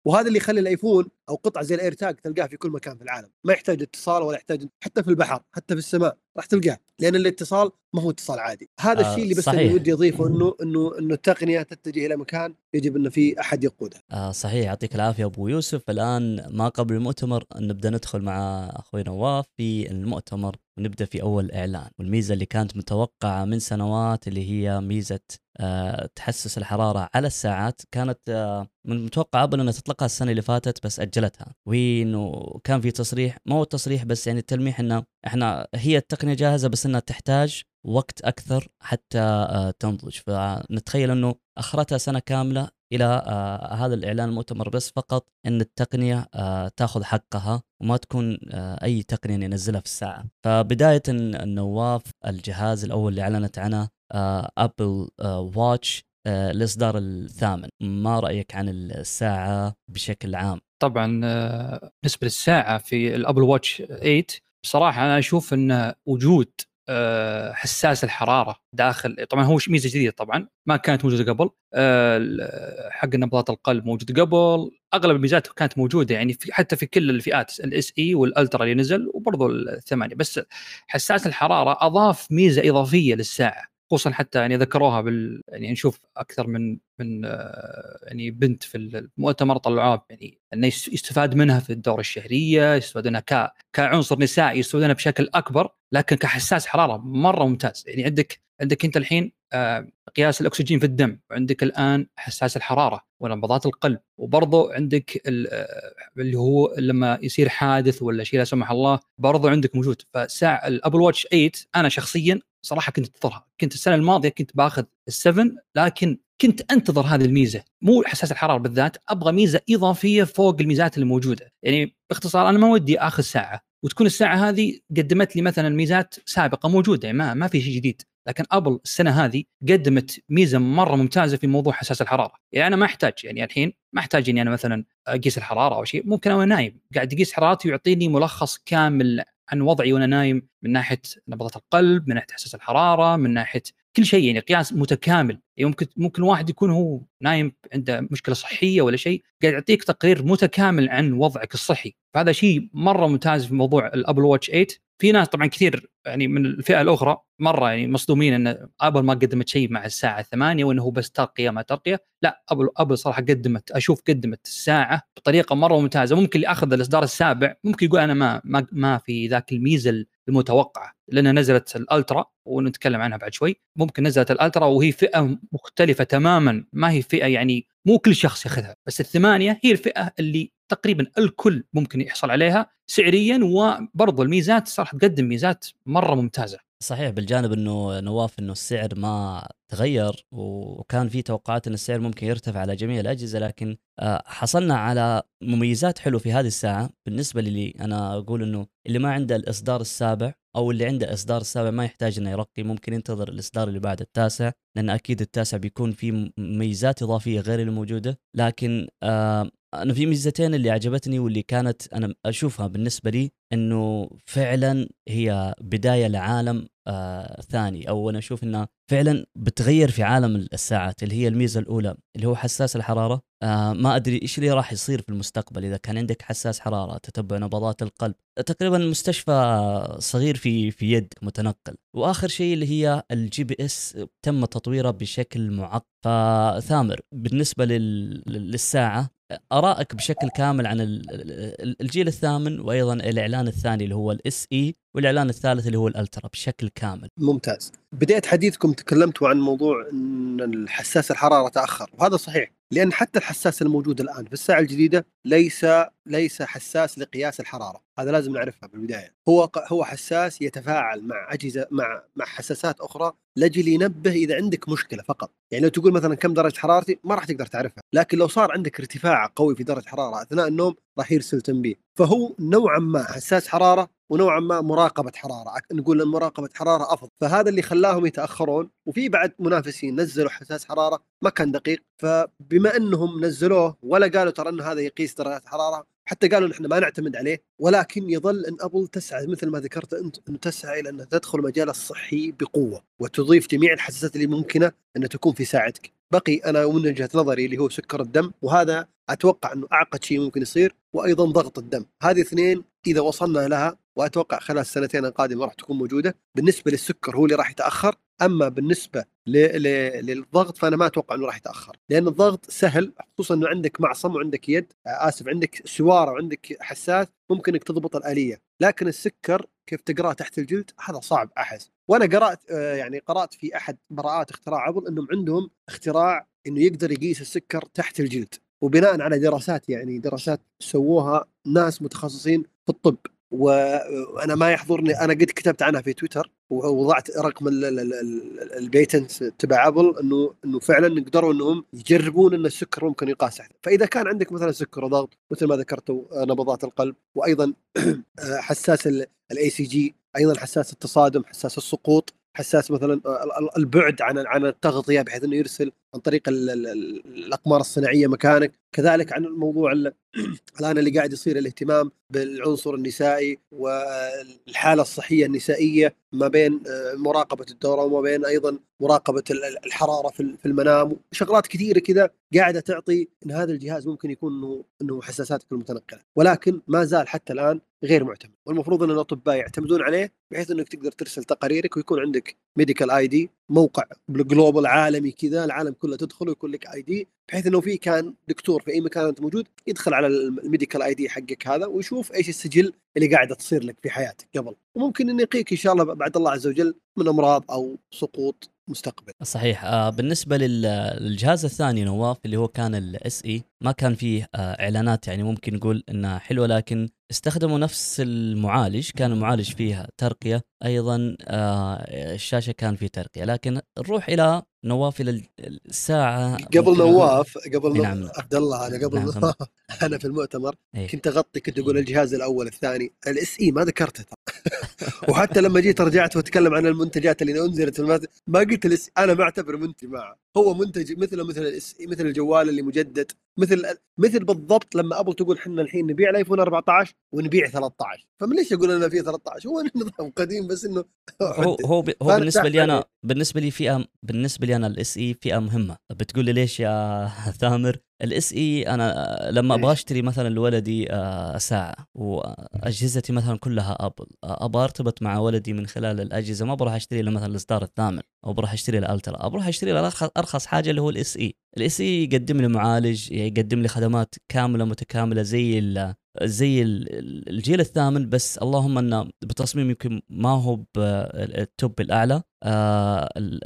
وهذا اللي يخلي الايفون او قطعه زي الاير تاج تلقاها في كل مكان في العالم، ما يحتاج اتصال ولا يحتاج، حتى في البحر حتى في السماء راح تلقاه، لان الاتصال ما هو اتصال عادي. هذا آه الشيء اللي بس صحيح. اللي ودي اضيفه، انه انه انه التقنيه تتجه الى مكان يجب انه في احد يقودها. آه صحيح، يعطيك العافيه ابو يوسف. الان ما قبل المؤتمر نبدا ندخل مع اخوي نواف في المؤتمر، ونبدا في اول اعلان، والميزه اللي كانت متوقعه من سنوات اللي هي ميزه آه تحسس الحراره على الساعات. كانت آه من متوقع ابل انها تطلقها السنه اللي فاتت بس اجلتها، وهي انه كان في تصريح، ما هو تصريح بس يعني التلميح انه احنا هي التقنيه جاهزه بس انها تحتاج وقت اكثر حتى آه تنضج. فنتخيل انه اخرتها سنه كامله الى آه هذا الاعلان المؤتمر بس فقط ان التقنيه آه تاخذ حقها وما تكون آه اي تقنيه ينزلها في الساعه. فبدايه النواف، الجهاز الاول اللي اعلنت عنه آه ابل آه واتش آه الاصدار الثامن، ما رايك عن الساعه بشكل عام؟ طبعا آه، بالنسبه للساعه في الابل واتش ثمانية، بصراحه انا اشوف ان وجود آه، حساس الحراره داخل، طبعا هو ميزه جديده طبعا ما كانت موجوده قبل. آه، حق نبضات القلب موجود قبل، اغلب الميزات كانت موجوده يعني في حتى في كل الفئات، الاس اي والالترا اللي نزل وبرضه الثمانيه. بس حساس الحراره اضاف ميزه اضافيه للساعه، خصوصا حتى يعني ذكروها بال يعني نشوف اكثر من من آه، يعني بنت في المؤتمر طلعوها يعني انه يستفاد منها في الدوره الشهريه، يستفاد منها ك كعنصر نسائي، يستفاد منها بشكل اكبر، لكن كحساس حراره مره ممتاز. يعني عندك عندك انت الحين آه، قياس الاكسجين في الدم، وعندك الان حساس الحراره ونبضات القلب، وبرضه عندك اللي هو لما يصير حادث ولا شيء لا سمح الله برضه عندك موجود. فساعه الابل واتش ثمانية انا شخصيا صراحه كنت انتظرها، كنت السنه الماضيه كنت باخذ السفن، لكن كنت انتظر هذه الميزه، مو حساس الحراره بالذات، ابغى ميزه اضافيه فوق الميزات اللي موجوده. يعني باختصار انا ما ودي اخذ ساعه وتكون الساعه هذه قدمت لي مثلا ميزات سابقه موجوده، يعني ما ما في شيء جديد، لكن ابل السنه هذه قدمت ميزه مره ممتازه في موضوع حساس الحراره. يعني انا ما احتاج، يعني الحين ما احتاج اني انا مثلا اقيس الحراره او شيء، ممكن وانا نايم قاعد اقيس حرارتي ويعطيني ملخص كامل عن وضعي وانا نايم، من ناحيه نبضات القلب، من ناحيه حساس الحراره، من ناحيه كل شيء، يعني قياس متكامل. يعني ممكن ممكن واحد يكون هو نايم عنده مشكله صحيه ولا شيء، قاعد يعطيك تقرير متكامل عن وضعك الصحي. فهذا شيء مره ممتاز في موضوع الابل واتش ثمانية. في ناس طبعا كثير يعني من الفئه الاخرى مره يعني مصدومين ان ابل ما قدمت شيء مع الساعه ثمانية وانه بس ترقيه ما ترقيه. لا، ابل ابل صراحه قدمت، اشوف قدمت الساعه بطريقه مره ممتازه. ممكن اللي اخذ الاصدار السابع ممكن يقول انا ما ما, ما في ذاك الميزه المتوقعه، لان نزلت الالترا ونتكلم عنها بعد شوي. ممكن نزلت الالترا وهي فئه مختلفه تماما، ما هي فئه يعني مو كل شخص ياخذها، بس الثمانيه هي الفئه اللي تقريبا الكل ممكن يحصل عليها سعريا، وبرضه الميزات صراحه تقدم ميزات مره ممتازه. صحيح، بالجانب انه نواف انه السعر ما تغير، وكان في توقعات ان السعر ممكن يرتفع على جميع الاجهزه، لكن حصلنا على مميزات حلوه في هذه الساعه. بالنسبه لي انا اقول انه اللي ما عنده الاصدار السابع او اللي عنده اصدار السابع ما يحتاج انه يرقي، ممكن ينتظر الاصدار اللي بعد التاسع، لان اكيد التاسع بيكون فيه مميزات اضافيه غير اللي موجوده. لكن آه انا في ميزتين اللي عجبتني واللي كانت انا اشوفها بالنسبه لي انه فعلا هي بدايه لعالم آه ثاني، او انا اشوف انها فعلا بتغير في عالم الساعات، اللي هي الميزه الاولى اللي هو حساس الحراره. آه ما ادري ايش اللي راح يصير في المستقبل اذا كان عندك حساس حراره، تتبع نبضات القلب، تقريبا مستشفى صغير في في يدك متنقل. واخر شيء اللي هي الجي بي اس تم تطويره بشكل معقد. فثامر بالنسبه لل... للساعه، ارائك بشكل كامل عن الجيل الثامن، وايضا الاعلان الثاني اللي هو الاس اي، والاعلان الثالث اللي هو الالترا بشكل كامل. ممتاز. بداية حديثكم تكلمتوا عن موضوع ان الحساس الحرارة تأخر، وهذا صحيح، لأن حتى الحساس الموجود الآن في الساعة الجديدة ليس ليس حساس لقياس الحرارة، هذا لازم نعرفها بالبداية. هو هو حساس يتفاعل مع أجهزة مع مع حساسات أخرى لأجل ينبه إذا عندك مشكلة فقط. يعني لو تقول مثلا كم درجة حرارتي ما راح تقدر تعرفها، لكن لو صار عندك ارتفاع قوي في درجة حرارة أثناء النوم راح يرسل تنبيه. فهو نوعا ما حساس حرارة ونوعا ما مراقبة حرارة، نقول مراقبة حرارة أفضل. فهذا اللي خلاهم يتأخرون. وفي بعد منافسين نزلوا حساس حرارة ما كان دقيق، فبما أنهم نزلوه ولا قالوا ترى أنه هذا يقيس درجات حرارة، حتى قالوا نحن ما نعتمد عليه، ولكن يظل أن أبل تسعى مثل ما ذكرت أنت أنه تسعى إلى أن تدخل مجال الصحي بقوة وتضيف جميع الحساسات اللي ممكنة أن تكون في ساعتك. بقي أنا من وجهة نظري اللي هو سكر الدم، وهذا أتوقع أنه أعقد شيء ممكن يصير، وأيضا ضغط الدم. هذه اثنين إذا وصلنا لها، وأتوقع خلال السنتين القادمة راح تكون موجودة. بالنسبة للسكر هو اللي راح يتأخر، أما بالنسبة للضغط فأنا ما أتوقع أنه راح يتأخر، لأن الضغط سهل، خصوصا أنه عندك معصم وعندك يد آسف عندك سوارة وعندك حساس، ممكن إنك تضبط الآلية. لكن السكر كيف تقرأ تحت الجلد هذا صعب أحس. وأنا قرأت يعني قرأت في أحد براءات اختراع أبل أنهم عندهم اختراع إنه يقدر يقيس السكر تحت الجلد، وبناء على دراسات يعني دراسات سووها ناس متخصصين في الطب. وأنا ما يحضرني، أنا قد كتبت عنها في تويتر ووضعت رقم البيتنت تبع أبل إنه إنه فعلا قدروا إنهم يجربون إن السكر ممكن يقاس تحت. فإذا كان عندك مثلا سكر وضغط مثل ما ذكرتوا نبضات القلب، وأيضا حساس الاي سي جي، أيضا حساس التصادم، حساس السقوط، حساس مثلا البعد عن عن التغطية بحيث إنه يرسل عن طريق الأقمار الصناعية مكانك، كذلك عن الموضوع الآن اللي قاعد يصير الاهتمام بالعنصر النسائي والحالة الصحية النسائية، ما بين مراقبة الدورة وما بين أيضا مراقبة الحرارة في المنام، شغلات كثيرة كذا قاعدة تعطي إن هذا الجهاز ممكن يكون إنه حساساتك المتنقلة، ولكن ما زال حتى الآن غير معتمد. والمفروض أن الأطباء يعتمدون عليه بحيث أنك تقدر ترسل تقاريرك ويكون عندك ميديكال آي دي، موقع بالجلوبال عالمي كذا، العالم كله تدخل ويكون لك آي دي، بحيث أنه في كان دكتور في أي مكان أنت موجود يدخل على الميديكال آي دي حقك هذا ويشوف إيش السجل اللي قاعدة تصير لك في حياتك قبل، وممكن أن يقيك إن شاء الله بعد الله عز وجل من أمراض أو سقوط مستقبل. صحيح. آه بالنسبة للجهاز الثاني نواف اللي هو كان الاس اي، ما كان فيه آه اعلانات يعني ممكن نقول انها حلوة، لكن استخدموا نفس المعالج، كان المعالج فيها ترقية ايضا، آه الشاشة كان فيه ترقية. لكن نروح الى نواف الى الساعة قبل نواف قبل نعم نواف عبد الله انا قبل نعم نواف انا في المؤتمر أيه. كنت اغطي كنت اقول الجهاز الاول الثاني الاس اي ما ذكرته وحتى لما جيت رجعت واتكلم عن المنتجات اللي انزلت ما قلت الاس انا ما اعتبر منتج معه، هو منتج مثله مثل الاس اي، مثل الجوال اللي مجدد، مثل مثل بالضبط لما ابل تقول احنا الحين نبيع الايفون أربعة عشر ونبيع ثلاثة عشر، فمن ليش يقول لنا فيه ثلاثة عشر؟ هو نظام قديم بس انه هو هو, هو بالنسبه لي انا بالنسبه لي فئه بالنسبه لي انا الاس اي فئه مهمه. بتقول لي ليش يا ثامر؟ الاس اي انا لما ابغى اشتري مثلا لولدي ساعه واجهزتي مثلا كلها ابل، ابغى ارتبط مع ولدي من خلال الاجهزه، ما بروح اشتري له مثلا الاصدار الثامن او بروح اشتري الالترا، بروح اشتري له ارخص حاجه اللي هو الاس اي. الاس اي يقدم لي معالج، يقدم لي خدمات كامله متكامله زي زي الجيل الثامن، بس اللهم انه بتصميم يمكن ما هو بالتوب الاعلى، آه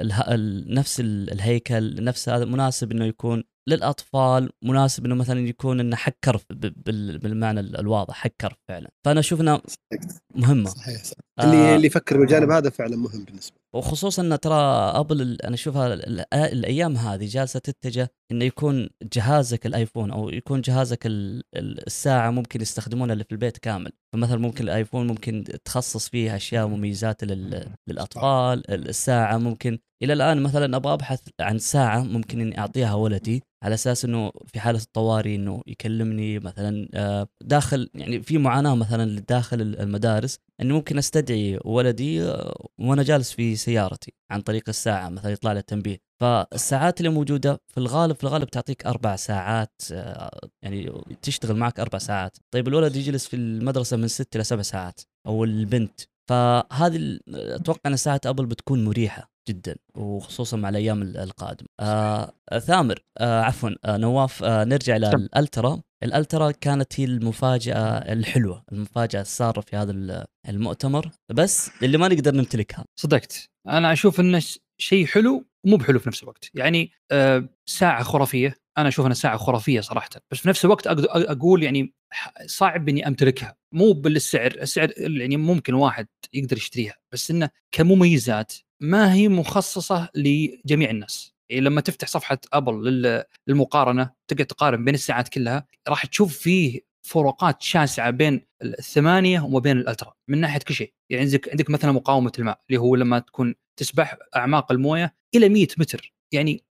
نفس الهيكل نفس هذا مناسب انه يكون للاطفال، مناسب انه مثلا يكون انه حق كرف بالمعنى الواضح، حق كرف فعلا. فانا اشوف انه مهمه. صحيح صحيح. آه اللي اللي يفكر بالجانب هذا فعلا مهم بالنسبه، وخصوصا ان ترى ابل انا اشوفها الايام هذه جالسه تتجه انه يكون جهازك الايفون او يكون جهازك الساعه ممكن يستخدمونها اللي في البيت كامل. فمثلا ممكن الايفون ممكن تخصص فيه اشياء مميزات للاطفال، الساعه ممكن الى الان مثلا ابغى ابحث عن ساعه ممكن اني اعطيها ولدي على اساس انه في حاله الطوارئ انه يكلمني مثلا داخل، يعني في معاناه مثلا داخل المدارس انه ممكن استدعي ولدي وانا جالس في سيارتي عن طريق الساعه مثلا يطلع له تنبيه. فالساعات اللي موجوده في الغالب في الغالب تعطيك اربع ساعات، يعني تشتغل معك اربع ساعات. طيب الولد يجلس في المدرسه من ست الى سبع ساعات او البنت، فهذه اتوقع ان ساعه ابل بتكون مريحه جدا وخصوصا مع الايام القادمه. آه ثامر آه عفوا آه نواف، آه نرجع للالترا. الالترا كانت هي المفاجاه الحلوه، المفاجاه الساره في هذا المؤتمر، بس اللي ما نقدر نمتلكها. صدقت، انا اشوف انه شيء حلو ومو بحلو في نفس الوقت. يعني آه ساعه خرافيه، انا اشوف انها ساعه خرافيه صراحه، بس في نفس الوقت اقول يعني صعب اني امتلكها، مو بالسعر، السعر يعني ممكن واحد يقدر يشتريها، بس انه كمميزات ما هي مخصصه لجميع الناس. يعني لما تفتح صفحه ابل للمقارنه تقدر تقارن بين الساعات كلها، راح تشوف فيه فروقات شاسعه بين الثمانيه وما بين الالترا من ناحيه كل شيء. يعني عندك عندك مثلا مقاومه الماء اللي هو لما تكون تسبح اعماق المويه الى مئة متر، يعني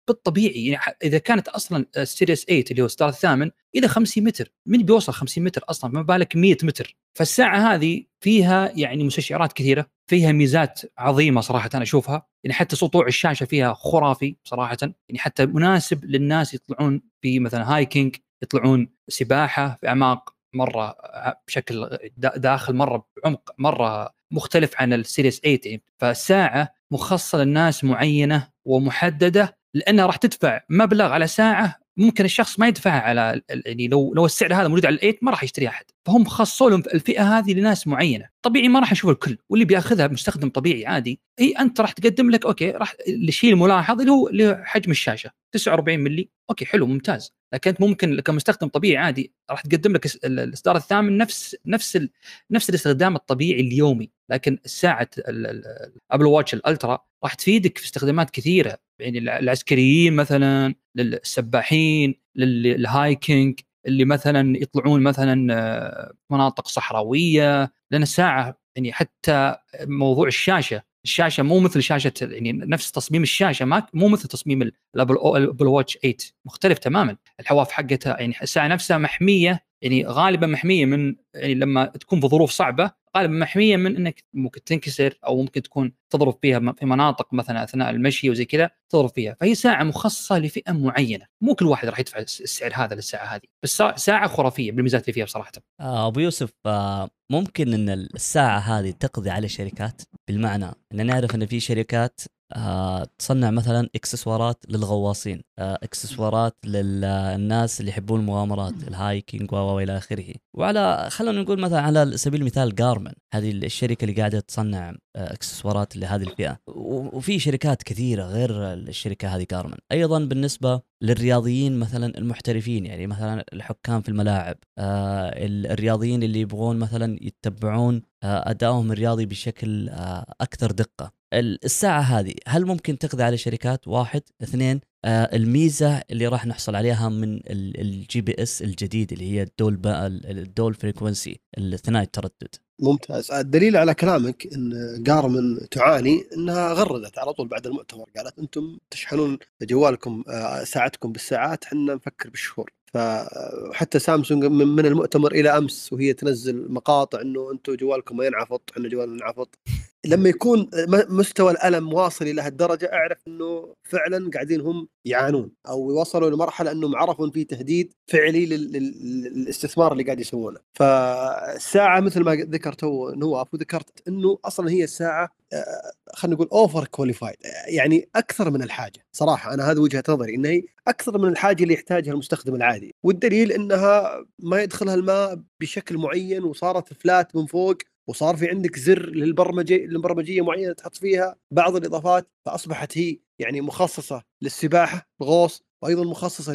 بالطبيعي يعني اذا كانت اصلا سيريس ثمانية اللي هو اصدار الثامن الى خمسين متر، من بيوصل خمسين متر اصلا، ما بالك مية متر. فالساعه هذه فيها يعني مستشعرات كثيره، فيها ميزات عظيمه صراحه انا اشوفها، يعني حتى سطوع الشاشه فيها خرافي صراحه، يعني حتى مناسب للناس يطلعون في مثلا هايكينج، يطلعون سباحه في اعماق مره بشكل داخل مره بعمق مره مختلف عن السيريس ثمانية يعني. فالساعه مخصصه للناس معينه ومحدده، لانها راح تدفع مبلغ على ساعه ممكن الشخص ما يدفعها على يعني لو لو السعر هذا موجود على الثمانية ما راح يشتريها احد، فهم خصصوا لهم الفئه هذه لناس معينه. طبيعي ما راح نشوف الكل، واللي بياخذها مستخدم طبيعي عادي اي انت راح تقدم لك اوكي راح الشيء الملاحظ اللي هو حجم الشاشه تسعة وأربعين ملي، اوكي حلو ممتاز، لكن انت ممكن كمستخدم طبيعي عادي راح تقدم لك الاصدار الثامن نفس نفس ال... نفس الاستخدام الطبيعي اليومي. لكن الساعه الابل واتش الالترا راح تفيدك في استخدامات كثيره، يعني العسكريين مثلا، للسباحين، للهايكينج، اللي مثلا يطلعون مثلا مناطق صحراويه، لان الساعه يعني حتى موضوع الشاشه الشاشه مو مثل شاشه يعني نفس تصميم الشاشه ما مو مثل تصميم الابل واتش ثمانية، مختلف تماما. الحواف حقتها يعني الساعه نفسها محميه، يعني غالبا محميه من يعني لما تكون في ظروف صعبه غالبا محميه من انك ممكن تنكسر او ممكن تكون تضرب فيها في مناطق مثلا اثناء المشي وزي كذا تضرب فيها. فهي ساعه مخصصه لفئه معينه، مو كل واحد راح يدفع السعر هذا للساعه هذه، بس ساعه خرافيه بالميزات اللي فيها بصراحه. ابو يوسف، ممكن ان الساعه هذه تقضي على شركات، بالمعنى ان نعرف ان في شركات آه تصنع مثلا اكسسوارات للغواصين، آه اكسسوارات للناس اللي يحبون المغامرات، الهايكينج والى اخره. وعلى خلينا نقول مثلا على سبيل المثال جارمن، هذه الشركه اللي قاعده تصنع آه اكسسوارات لهذه الفئه. وفي شركات كثيره غير الشركه هذه جارمن ايضا بالنسبه للرياضيين مثلا المحترفين، يعني مثلا الحكام في الملاعب، آه الرياضيين اللي يبغون مثلا يتبعون آه ادائهم الرياضي بشكل آه اكثر دقه. الساعة هذه هل ممكن تقضي على شركات؟ واحد. اثنين، آه الميزة اللي راح نحصل عليها من الجي بي اس الجديد اللي هي الدول الدول فريكونسي الثنائي التردد. ممتاز. الدليل على كلامك ان جارمن تعاني انها غردت على طول بعد المؤتمر، قالت انتم تشحنون جوالكم آه ساعتكم بالساعات، حنا نفكر بالشهور. فحتى سامسونج من المؤتمر الى امس وهي تنزل مقاطع انه انتم جوالكم ما ينعفط، احنا جوالنا ينعفط. لما يكون مستوى الألم واصل إلى هالدرجة اعرف أنه فعلا قاعدين هم يعانون أو يوصلوا لمرحلة أنهم عرفوا أن في تهديد فعلي للاستثمار اللي قاعد يسوونه. فالساعة مثل ما ذكرت هو نواف وذكرت أنه أصلا هي الساعة خلينا نقول أوفر كواليفايد، يعني أكثر من الحاجة. صراحة أنا هذا وجهة نظري، إنها أكثر من الحاجة اللي يحتاجها المستخدم العادي. والدليل أنها ما يدخلها الماء بشكل معين وصارت فلات من فوق، وصار في عندك زر للبرمجة للبرمجية معينة تحط فيها بعض الإضافات، فأصبحت هي يعني مخصصة للسباحة الغوص، وأيضا مخصصة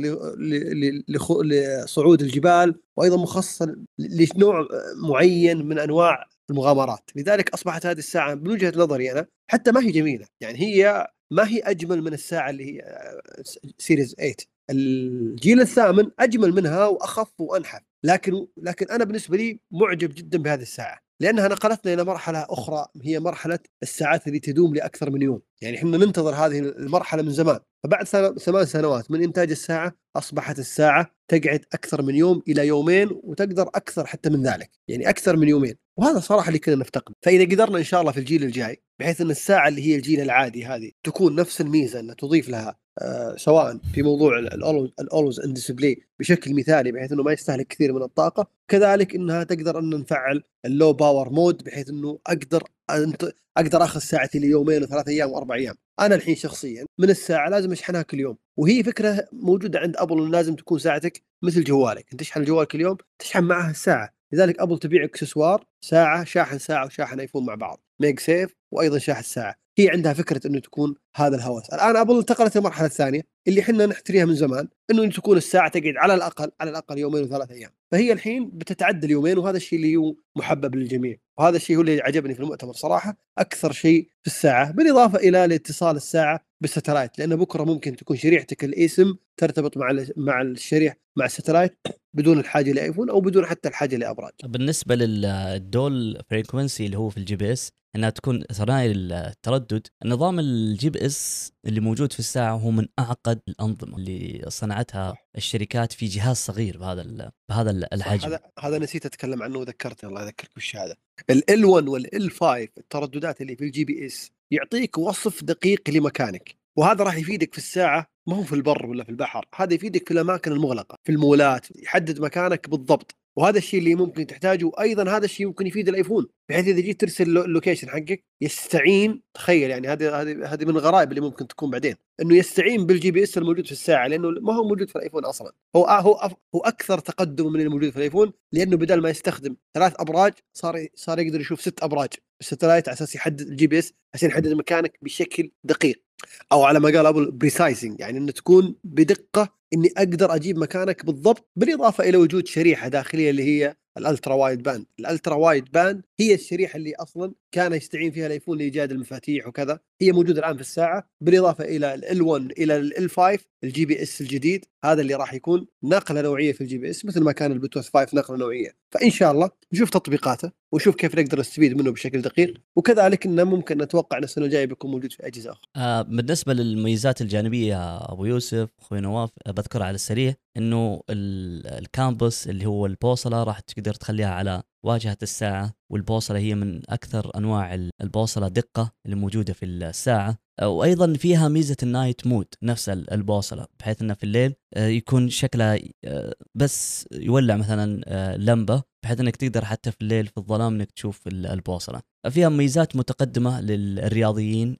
لصعود الجبال، وأيضا مخصصة لنوع معين من أنواع المغامرات. لذلك أصبحت هذه الساعة من وجهة نظري أنا حتى ما هي جميلة، يعني هي ما هي أجمل من الساعة اللي هي سيريز ثمانية. الجيل الثامن أجمل منها وأخف وأنحف، لكن لكن أنا بالنسبة لي معجب جدا بهذه الساعة، لأنها نقلتنا إلى مرحلة أخرى هي مرحلة الساعات اللي تدوم لأكثر من يوم. يعني إحنا ننتظر هذه المرحلة من زمان، فبعد ثمان سنوات من إنتاج الساعة أصبحت الساعة تقعد أكثر من يوم إلى يومين، وتقدر أكثر حتى من ذلك، يعني أكثر من يومين. وهذا صراحة اللي كنا نفتقد. فإذا قدرنا إن شاء الله في الجيل الجاي بحيث أن الساعة اللي هي الجيل العادي هذه تكون نفس الميزة، أن تضيف لها آه سواء في موضوع الأولوز إن ديسبلاي بشكل مثالي بحيث أنه ما يستهلك كثير من الطاقة، كذلك أنها تقدر أن نفعل اللو باور مود بحيث أنه أقدر أنت أقدر أخذ ساعتي ليومين وثلاث أيام وأربع أيام. أنا الحين شخصيا من الساعة لازم أشحنها كل يوم، وهي فكرة موجودة عند أبل أن لازم تكون ساعتك مثل جوالك، أنت تشحن جوالك كل يوم تشحن معها الساعة. لذلك أبل تبيع إكسسوار ساعة، شاحن ساعة وشاحن آيفون مع بعض، ميج سيف وأيضا شاحن ساعة. هي عندها فكرة أنه تكون هذا الهوس. الآن أبل انتقلت للمرحلة الثانية اللي حنا نحتريها من زمان، أنه تكون الساعة تقعد على الأقل على الأقل يومين وثلاث أيام، فهي الحين بتتعدى اليومين، وهذا الشيء اللي هو محبب للجميع. وهذا الشيء هو اللي عجبني في المؤتمر صراحة أكثر شيء في الساعة، بالإضافة إلى الاتصال الساعة بالستلايت، لأن بكرة ممكن تكون شريحتك الاسم ترتبط مع مع الشريحة مع الستلايت بدون الحاجه لايفون او بدون حتى الحاجه لابراج. بالنسبه للدول فريكونسي اللي هو في الجي بي اس انها تكون ثنائي التردد، النظام الجي بي اس اللي موجود في الساعه هو من اعقد الانظمه اللي صنعتها صح. الشركات في جهاز صغير بهذا بهذا الحجم. هذا هذا نسيت اتكلم عنه وذكرتني، الله يذكرك وش هذا. ال واحد وال خمسة الترددات اللي في الجي بي اس يعطيك وصف دقيق لمكانك، وهذا راح يفيدك في الساعه، ما هو في البر ولا في البحر، هذا يفيدك في الاماكن المغلقه في المولات، يحدد مكانك بالضبط. وهذا الشيء اللي ممكن تحتاجه ايضا، هذا الشيء ممكن يفيد الايفون، بحيث اذا جيت ترسل اللوكيشن حقك يستعين، تخيل يعني هذه هذه هذه من الغرائب اللي ممكن تكون بعدين، انه يستعين بالجي بي اس الموجود في الساعه، لانه ما هو موجود في الايفون اصلا. هو هو هو اكثر تقدم من الموجود في الايفون، لانه بدل ما يستخدم ثلاث ابراج صار صار يقدر يشوف ست ابراج بالستلايت على اساس يحدد الجي بي اس عشان يحدد مكانك بشكل دقيق، او على ما قال ابو بريسايزنج، يعني انه تكون بدقه اني اقدر اجيب مكانك بالضبط، بالاضافه الى وجود شريحه داخليه اللي هي الالترا وايد باند. الالترا وايد باند هي الشريحه اللي اصلا كان يستعين فيها الايفون لايجاد المفاتيح وكذا، هي موجوده الان في الساعه، بالاضافه الى ال واحد الى ال خمسة الجي بي اس الجديد، هذا اللي راح يكون نقله نوعيه في الجي بي اس مثل ما كان البلوتوث خمسة نقله نوعيه. فان شاء الله نشوف تطبيقاته ونشوف كيف نقدر نستفيد منه بشكل دقيق، وكذلك انه ممكن نتوقع ان السنه الجايه بيكون موجود في اجهزه اخرى. آه بالنسبه للمميزات الجانبيه يا ابو يوسف اخوي نواف، بذكر على السريع انه الكامبس اللي هو البوصله راح تقدر تخليها على واجهه الساعه، والبوصله هي من اكثر انواع البوصله دقه اللي موجوده في الساعه، وايضا فيها ميزه النايت مود نفس البوصله، بحيث انه في الليل يكون شكلها بس يولع مثلا لمبه، بحيث انك تقدر حتى في الليل في الظلام انك تشوف البوصله. فيها ميزات متقدمه للرياضيين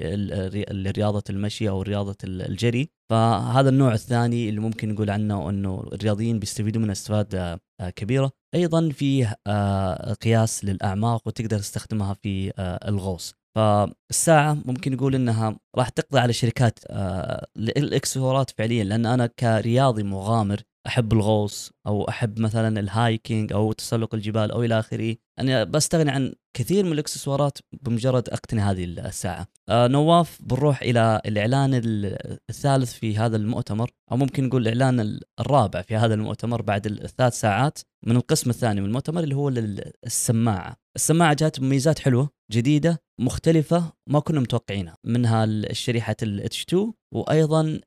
في رياضه المشي او رياضه الجري، فهذا النوع الثاني اللي ممكن نقول عنه انه الرياضيين بيستفيدوا منه استفاده كبيره. ايضا فيه قياس للاعماق وتقدر تستخدمها في الغوص. فالساعة ممكن نقول انها راح تقضي على شركات الاكسسوارات فعليا، لان انا كرياضي مغامر احب الغوص او احب مثلا الهايكينج او تسلق الجبال او الى اخره، انا بستغني عن كثير من الاكسسوارات بمجرد اقتني هذه الساعة. آه نواف، بنروح الى الاعلان الثالث في هذا المؤتمر، او ممكن نقول الاعلان الرابع في هذا المؤتمر بعد الثلاث ساعات من القسم الثاني من المؤتمر، اللي هو السماعة. السماعة جات بميزات حلوة جديدة مختلفة ما كنا متوقعينها، منها الشريحة ال إتش تو، وأيضا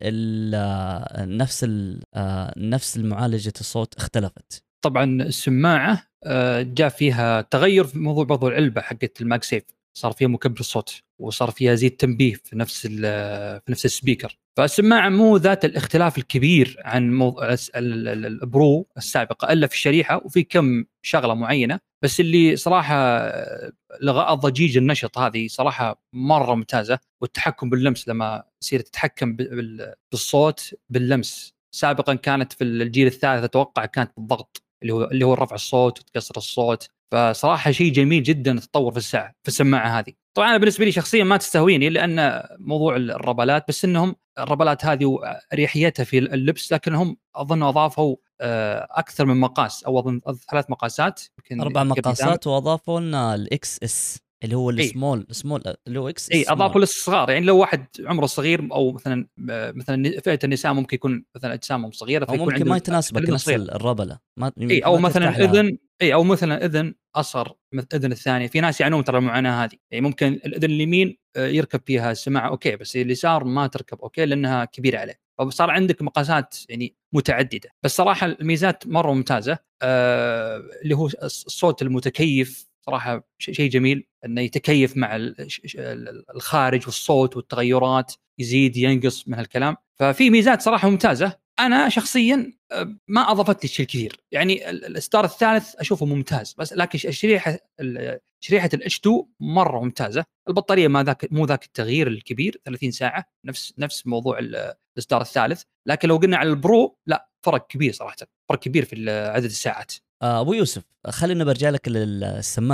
نفس نفس المعالجة الصوت اختلفت. طبعا السماعة جاء فيها تغير في موضوع برضو العلبة حقت الماج سيف، صار فيها مكبر صوت وصار فيها زيت تنبيه في نفس في نفس السبيكر. فالسماعة مو ذات الاختلاف الكبير عن موضوع البرو السابقة الا في الشريحة وفي كم شغلة معينة، بس اللي صراحة لغاء ضجيج النشط هذه صراحة مرة ممتازة. والتحكم باللمس لما تصير تتحكم بالصوت باللمس، سابقا كانت في الجيل الثالث اتوقع كانت بالضغط اللي هو اللي هو رفع الصوت وتكسر الصوت. فصراحة شيء جميل جدا التطور في الساعة في السماعة هذه. طبعا أنا بالنسبة لي شخصيا ما تستهويني لأن موضوع الربلات، بس إنهم الربلات هذه وريحيتها في اللبس، لكنهم أظن أضافوا أكثر من مقاس، أو أظن ثلاث مقاسات، أربع مقاسات، وأضافوا لنا الإكس إس اللي هو السمول سمول اللي هو اكس. اي اضافوا للصغار، يعني لو واحد عمره صغير او مثلا مثلا فئه النساء ممكن يكون مثلا اجسامهم صغيره فيكون عنده ممكن ما يتناسبك نفس الربله، ما اي او ما مثلا اذن اي او مثلا اذن اصغر من الاذن الثاني. في ناس يعانون ترى المعاناه هذه، يعني ممكن الاذن اليمين يركب فيها السماعه اوكي، بس اليسار ما تركب اوكي لانها كبيره عليه. فصار عندك مقاسات يعني متعدده. بس صراحه الميزات مره ممتازه. آه اللي هو الصوت المتكيف صراحة شيء جميل انه يتكيف مع الخارج والصوت والتغيرات، يزيد ينقص من هالكلام. ففي ميزات صراحة ممتازة. انا شخصيا ما اضافت لي شيء كثير، يعني الستار الثالث اشوفه ممتاز، بس لكن الشريحة شريحة الاتش تو مرة ممتازة. البطارية ما ذاك مو ذاك التغيير الكبير، ثلاثين ساعة نفس نفس موضوع الستار الثالث. لكن لو قلنا على البرو لا، فرق كبير صراحة، فرق كبير في عدد الساعات. ابو يوسف، خلينا برجع لك للسماعه.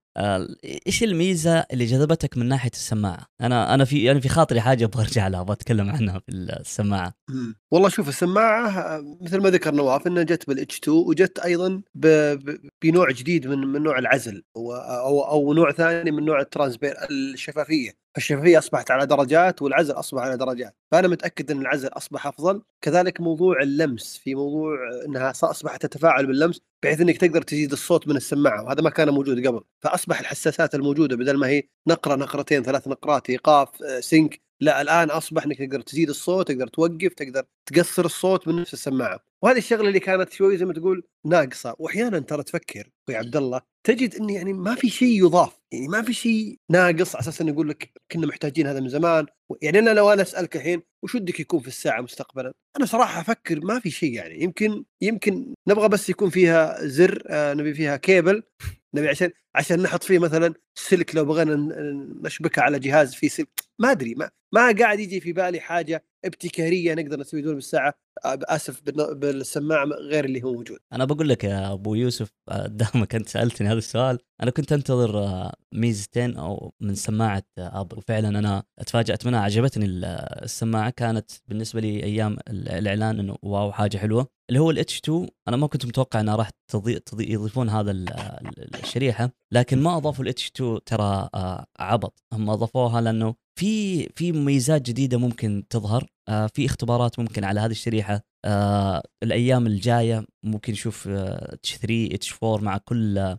آه، ايش الميزه اللي جذبتك من ناحيه السماعه؟ انا انا في يعني في خاطري حاجه ابغى ارجع لها، ابغى اتكلم عنها في السماعه. مم. والله شوف السماعة مثل ما ذكر نواف انها جت بالاتش تو وجت ايضا ب... ب... بنوع جديد من من نوع العزل او او, أو نوع ثاني من نوع الترانسبير الشفافية. الشفافية اصبحت على درجات والعزل اصبح على درجات، فانا متاكد ان العزل اصبح افضل. كذلك موضوع اللمس، في موضوع انها اصبحت تتفاعل باللمس بحيث انك تقدر تزيد الصوت من السماعه، وهذا ما كان موجود قبل. فاصبح الحساسات الموجوده بدل ما هي نقره نقرتين ثلاث نقرات ايقاف سينك، لا الان اصبح انك تقدر تزيد الصوت، تقدر توقف، تقدر تقصر الصوت من نفس السماعه. وهذه الشغله اللي كانت شوي زي ما تقول ناقصه. واحيانا ترى تفكر يا عبد الله تجد ان يعني ما في شيء يضاف، يعني ما في شيء ناقص على اساس انه يقول لك كنا محتاجين هذا من زمان. يعني انا لو انا اسالك الحين وش ودك يكون في الساعه مستقبلا، انا صراحه افكر ما في شيء. يعني يمكن يمكن نبغى بس يكون فيها زر، آه نبي فيها كيبل، نبي عشان عشان نحط فيه مثلا سلك لو بغينا نشبكه على جهاز فيه سلك. ما ادري، ما ما قاعد يجي في بالي حاجه ابتكاريه نقدر نسوي دول بالساعه، اسف بالسماعه غير اللي هو موجود. انا بقول لك يا ابو يوسف، دامك انت سالتني هذا السؤال، انا كنت انتظر ميزتين او من سماعه ابل، وفعلا انا اتفاجات منها. عجبتني السماعه، كانت بالنسبه لي ايام الاعلان انه واو حاجه حلوه، اللي هو الاتش تو. انا ما كنت متوقع انها راح تضي... تضي... يضيفون هذا الشريحه، لكن ما اضافوا الاتش تو ترى عبط، هم اضافوها لانه في في مميزات جديده ممكن تظهر، في اختبارات ممكن على هذه الشريحه. آه الايام الجايه ممكن نشوف اتش ثري اتش فور مع كل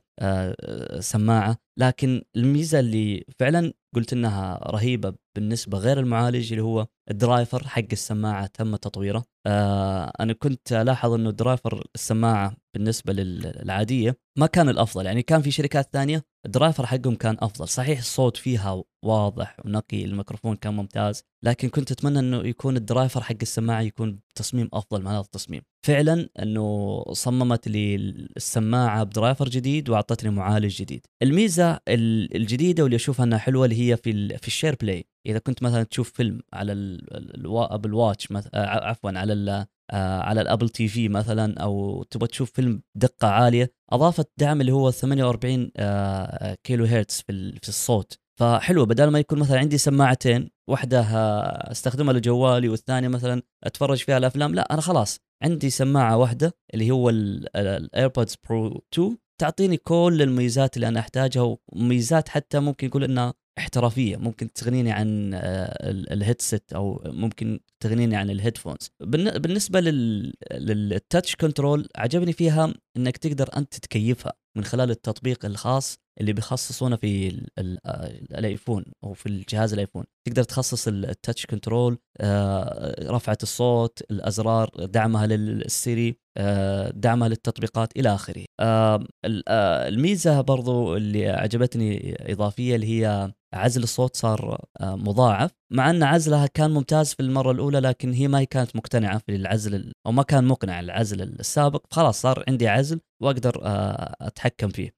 آه سماعه. لكن الميزه اللي فعلا قلت انها رهيبه بالنسبه غير المعالج، اللي هو الدرايفر حق السماعه تم تطويره. آه انا كنت الاحظ انه درايفر السماعه بالنسبه للعاديه ما كان الافضل، يعني كان في شركات ثانيه الدرايفر حقهم كان افضل. صحيح الصوت فيها واضح ونقي، الميكروفون كان ممتاز، لكن كنت اتمنى انه يكون الدرايفر حق السماعه يكون تصميم افضل من هذا التصميم. فعلا انه صممت لي السماعه بدرايفر جديد واعطتني معالج جديد. الميزه الجديده واللي اشوفها انها حلوه اللي هي في في الشير بلاي. اذا كنت مثلا تشوف فيلم على الابل واتش عفوا على ال على الابل تي في مثلا، او تبغى تشوف فيلم دقه عاليه، اضافت دعم اللي هو ثمانية وأربعين كيلو هرتز في في الصوت. فحلوه، بدل ما يكون مثلا عندي سماعتين، واحده استخدمها لجوالي والثانيه مثلا اتفرج فيها الافلام، لا انا خلاص عندي سماعه واحده اللي هو الايربودز برو تو، تعطيني كل الميزات اللي انا احتاجها، وميزات حتى ممكن يقول انها احترافيه، ممكن تغنيني عن الهيدسيت او ممكن تغنيني عن الهيدفونز. بالنسبه للتاتش كنترول، عجبني فيها انك تقدر انت تكيفها من خلال التطبيق الخاص اللي بيخصصونه في الايفون او في الجهاز الايفون. تقدر تخصص التاتش كنترول، رفعه الصوت، الازرار، دعمها للسيري، دعمها للتطبيقات الى اخره. الميزه برضو اللي عجبتني اضافيه اللي هي عزل الصوت صار مضاعف، مع ان عزلها كان ممتاز في المره الاولى، لكن هي ما كانت مقتنعه في العزل او ما كان مقنع العزل السابق. خلاص صار عندي عزل واقدر اتحكم فيه.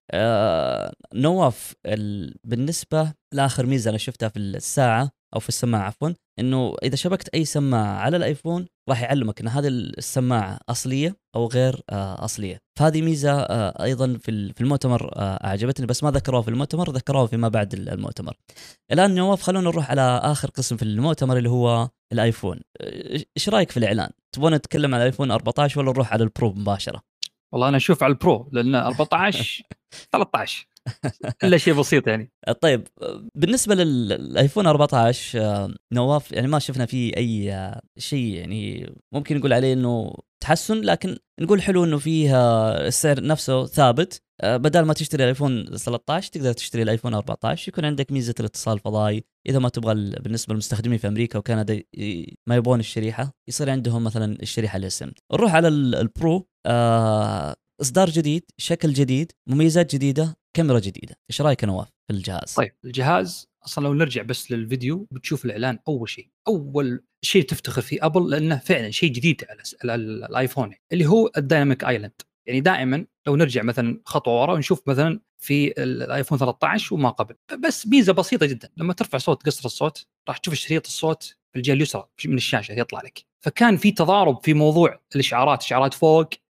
نواف، بالنسبه لاخر ميزه انا شفتها في الساعه او في السماعه عفوا، انه اذا شبكت اي سماعه على الايفون راح يعلمك ان هذه السماعه اصليه او غير اصليه. فهذه ميزه ايضا في المؤتمر اعجبتني، بس ما ذكروها في المؤتمر، ذكروها فيما بعد المؤتمر. الان نواف خلونا نروح على اخر قسم في المؤتمر اللي هو الايفون. ايش رايك في الاعلان؟ تبغون نتكلم عن الايفون أربعة عشر ولا نروح على البرو مباشره؟ والله انا اشوف على البرو، لان أربعة عشر ثلاثة عشر الا شيء بسيط يعني. طيب بالنسبه للايفون أربعة عشر نواف، يعني ما شفنا فيه اي شيء يعني ممكن نقول عليه انه تحسن، لكن نقول حلو انه فيها السعر نفسه ثابت. بدل ما تشتري الايفون ثلاثة عشر تقدر تشتري الايفون أربعة عشر، يكون عندك ميزه الاتصال الفضائي. اذا ما تبغى بالنسبه للمستخدمين في امريكا وكندا ما يبغون الشريحه، يصير عندهم مثلا الشريحه الاسم. نروح على البرو، آه اصدار جديد، شكل جديد، مميزات جديده، كاميرا جديده. ايش رايك نواف في الجهاز؟ طيب الجهاز اصلا لو نرجع بس للفيديو بتشوف الاعلان، اول شيء اول شيء تفتخر فيه ابل لانه فعلا شيء جديد على الايفون اللي هو الدايناميك ايلاند. يعني دائما لو نرجع مثلا خطوه ورا ونشوف مثلا في الايفون ثلاثة عشر وما قبل، بس ميزه بسيطه جدا، لما ترفع صوت قصر الصوت راح تشوف شريط الصوت في الجهه اليسرى من الشاشه يطلع لك. فكان في تضارب في موضوع الاشعارات، اشعارات فوق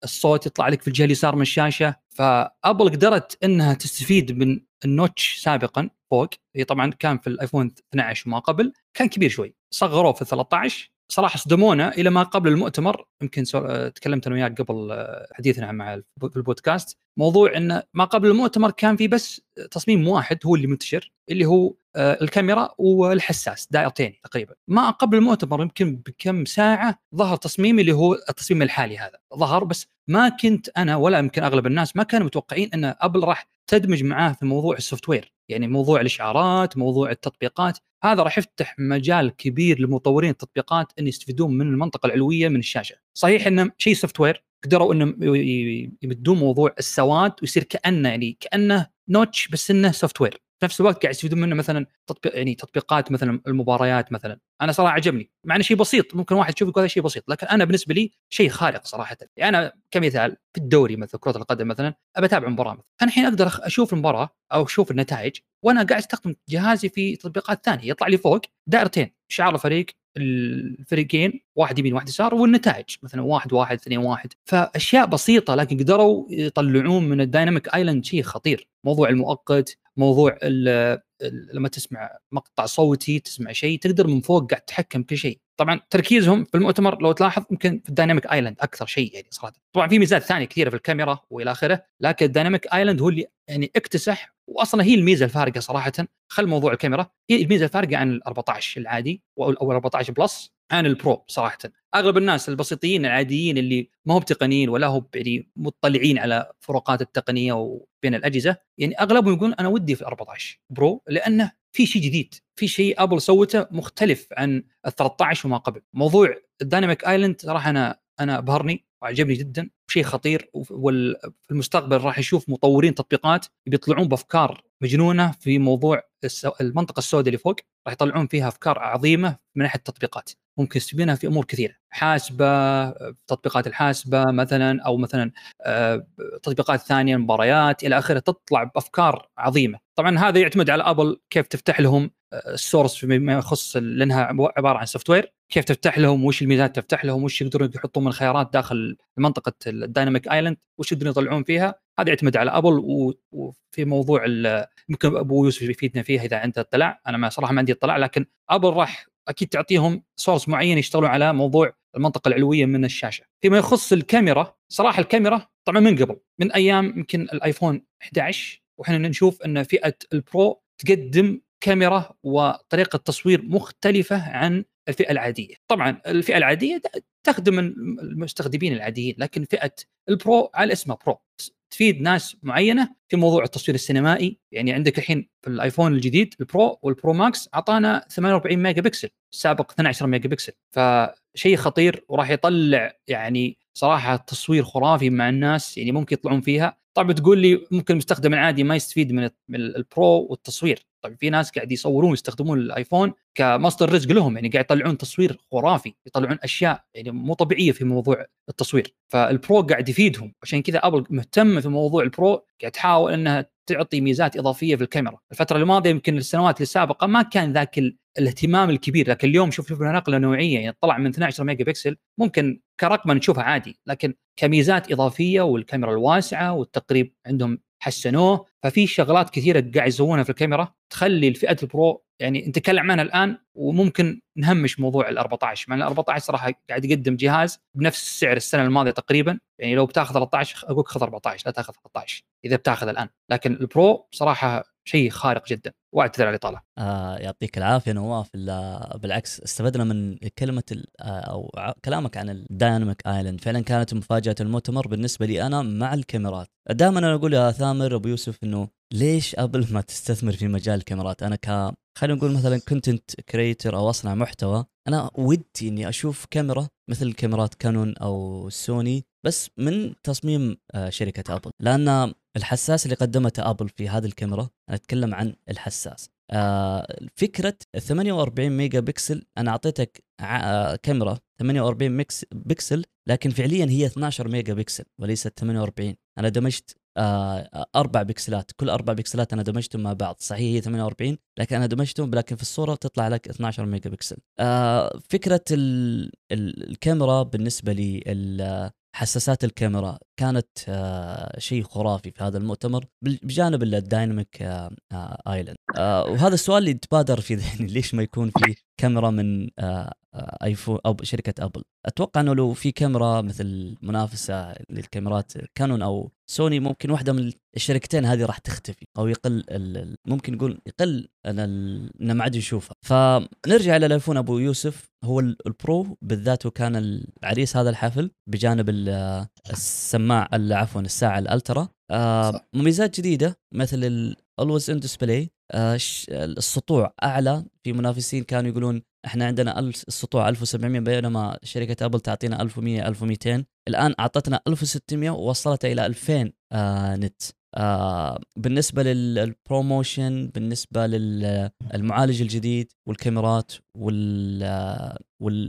الصوت يطلع لك في الجهه اليسار من الشاشه. فابل قدرت انها تستفيد من النوتش سابقا فوق. هي طبعا كان في الايفون اثنا عشر وما قبل كان كبير شوي، صغروه في ثلاثة عشر. صراحه صدمونا الى ما قبل المؤتمر. يمكن تكلمت انا وياك قبل حديثنا مع في البودكاست موضوع ان ما قبل المؤتمر كان في بس تصميم واحد هو اللي منتشر، اللي هو الكاميرا والحساس دائرتين تقريبا. ما قبل المؤتمر يمكن بكم ساعه ظهر تصميم اللي هو التصميم الحالي هذا ظهر، بس ما كنت انا ولا يمكن اغلب الناس ما كانوا متوقعين ان ابل راح تدمج معاه في موضوع السوفت وير، يعني موضوع الاشعارات، موضوع التطبيقات. هذا راح يفتح مجال كبير لمطورين التطبيقات ان يستفيدون من المنطقه العلويه من الشاشه. صحيح انه شيء سوفت وير قدروا انهم يمدون موضوع السواد ويصير كانه يعني كانه نوتش بس انه سوفت وير، في نفس الوقت قاعد يستفيدون منه مثلا تطبيق يعني تطبيقات مثلا المباريات مثلا. انا صراحه عجبني مع انه شيء بسيط، ممكن واحد يشوف يقول هذا شيء بسيط، لكن انا بالنسبه لي شيء خارق صراحه. يعني انا كمثال في الدوري مثل كره القدم مثلا ابى اتابع مباراه، انا الحين اقدر اشوف المباراه او اشوف النتائج وانا قاعد استخدم جهازي في تطبيقات ثانيه، يطلع لي فوق دائرتين شعار الفريق، الفريقين واحد يمين واحد يسار، والنتائج مثلا واحد واحد اثنين واحد. فاشياء بسيطه لكن قدروا يطلعون من الدايناميك ايلاند شيء خطير. موضوع المؤقت، موضوع لما تسمع مقطع صوتي تسمع شيء تقدر من فوق قاعد تتحكم كل شيء. طبعا تركيزهم في المؤتمر لو تلاحظ يمكن في الدايناميك ايلاند اكثر شيء يعني صراحه. طبعا في ميزات ثانيه كثيره في الكاميرا والى اخره، لكن الدايناميك ايلاند هو اللي يعني اكتسح، واصلا هي الميزه الفارقه صراحه. خل موضوع الكاميرا هي الميزه الفارقه عن الأربعة عشر العادي او الأربعة عشر بلس عن البرو صراحه. اغلب الناس البسيطين العاديين اللي ما هو بتقنيين ولا هو يعني مطلعين على فروقات التقنيه وبين الاجهزه، يعني اغلبهم يقول انا ودي في الأربعة عشر برو لانه في شيء جديد، في شيء ابل سوته مختلف عن الثلاثة عشر وما قبل. موضوع الدايناميك ايلاند صراحه انا انا ابهرني وعجبني جدا، شيء خطير. وفي المستقبل راح يشوف مطورين تطبيقات بيطلعون بافكار مجنونه في موضوع المنطقه السوداء اللي فوق، راح يطلعون فيها افكار عظيمه من ناحيه التطبيقات، ممكن يستفيدونها في امور كثيره، حاسبه، تطبيقات الحاسبه مثلا، او مثلا تطبيقات ثانيه، مباريات الى اخره، تطلع بافكار عظيمه. طبعا هذا يعتمد على ابل كيف تفتح لهم السورس فيما يخص لانها عباره عن سوفت وير، كيف تفتح لهم، وش الميزات تفتح لهم، وش يقدرون يحطون من خيارات داخل منطقه الدايناميك ايلاند، وش يقدرون يطلعون فيها. هذا يعتمد على ابل. وفي موضوع ممكن ابو يوسف يفيدنا فيها اذا عنده اطلاع، انا ما صراحه ما عندي اطلاع، لكن ابل راح اكيد تعطيهم سورس معين يشتغلون على موضوع المنطقه العلويه من الشاشه. فيما يخص الكاميرا صراحه الكاميرا طبعا من قبل من ايام يمكن الايفون أحد عشر وحنا نشوف ان فئه البرو تقدم كاميرا وطريقه تصوير مختلفه عن الفئه العاديه. طبعا الفئه العاديه تخدم المستخدمين العاديين، لكن فئه البرو على اسمها برو تفيد ناس معينه في موضوع التصوير السينمائي. يعني عندك الحين في الايفون الجديد البرو والبرو ماكس اعطانا ثمانية وأربعين ميجا بكسل، السابق اثنا عشر ميجا بكسل، فشيء خطير وراح يطلع يعني صراحه تصوير خرافي مع الناس، يعني ممكن يطلعون فيها. طبعا تقول لي ممكن المستخدم العادي ما يستفيد من البرو والتصوير، طبعا في ناس قاعد يصورون يستخدمون الايفون كمصدر رزق لهم، يعني قاعد يطلعون تصوير خرافي، يطلعون اشياء يعني مو طبيعيه في موضوع التصوير، فالبرو قاعد يفيدهم. عشان كذا ابل مهتمه في موضوع البرو، قاعد تحاول انها تعطي ميزات اضافيه في الكاميرا. الفتره الماضيه يمكن السنوات السابقه ما كان ذاك الاهتمام الكبير، لكن اليوم شوف شوف نقله نوعيه، يعني طلع من اثنا عشر ميجا بكسل ممكن كرقم نشوفها عادي، لكن كميزات اضافيه والكاميرا الواسعه والتقريب عندهم حسنوه. ففي شغلات كثيره قاعد يسوونها في الكاميرا تخلي الفئه البرو يعني نتكلم عنها الان، وممكن نهمش موضوع الأربعة عشر. مع الأربعة عشر صراحه قاعد يقدم جهاز بنفس السعر السنه الماضيه تقريبا، يعني لو بتاخذ ثلاثة عشر اقول خذ أربعة عشر لا تاخذ ثلاثة عشر اذا بتاخذ الان، لكن البرو صراحه شيء خارق جدا. واعتذر على الاطاله. آه يعطيك العافيه نواف. بالعكس استفدنا من كلمه او كلامك عن الدايناميك ايلاند، فعلا كانت مفاجاه المؤتمر بالنسبه لي انا مع الكاميرات. دائما انا اقول يا ثامر ابو يوسف انه ليش ابل ما تستثمر في مجال الكاميرات؟ انا ك خلينا نقول مثلا كونتنت كريتور او اصنع محتوى، انا ودي اني اشوف كاميرا مثل كاميرات كانون او سوني بس من تصميم شركه ابل، لان الحساس اللي قدمته ابل في هذه الكاميرا، انا اتكلم عن الحساس، آه فكره ثمانية وأربعين ميجا بكسل، انا اعطيتك آه كاميرا ثمانية وأربعين ميكس بكسل لكن فعليا هي اثنا عشر ميجا بكسل وليست ثمانية وأربعين. انا دمجت آه أربع بكسلات، كل أربع بكسلات أنا دمجتهم مع بعض، صحيح هي ثمانية وأربعين لكن أنا دمجتهم، لكن في الصورة تطلع لك اثنا عشر ميجا بكسل. آه فكرة ال ال الكاميرا بالنسبة لي حساسات الكاميرا كانت آه شيء خرافي في هذا المؤتمر بجانب الدايناميك آه آه ايلاند. آه وهذا السؤال اللي يتبادر في ذهني، ليش ما يكون في كاميرا من آه ايفون او شركه ابل؟ اتوقع انه لو في كاميرا مثل منافسه للكاميرات كانون او سوني، ممكن واحده من الشركتين هذه راح تختفي او يقل، ممكن نقول يقل انا ان ما عاد نشوفها. فنرجع الى الايفون ابو يوسف، هو البرو بالذات، وكان العريس هذا الحفل بجانب السماعه عفوا الساعه الالترا. آه مميزات جديده مثل الالويز ان ديسبلاي، آه السطوع اعلى. في منافسين كانوا يقولون احنا عندنا السطوع ألف وسبعمية بينما شركه ابل تعطينا ألف ومية ألف ومئتين، الان اعطتنا ألف وستمية ووصلتها الى ألفين آه نت. آه بالنسبه للبروموشن، بالنسبه للمعالج الجديد والكاميرات وال وال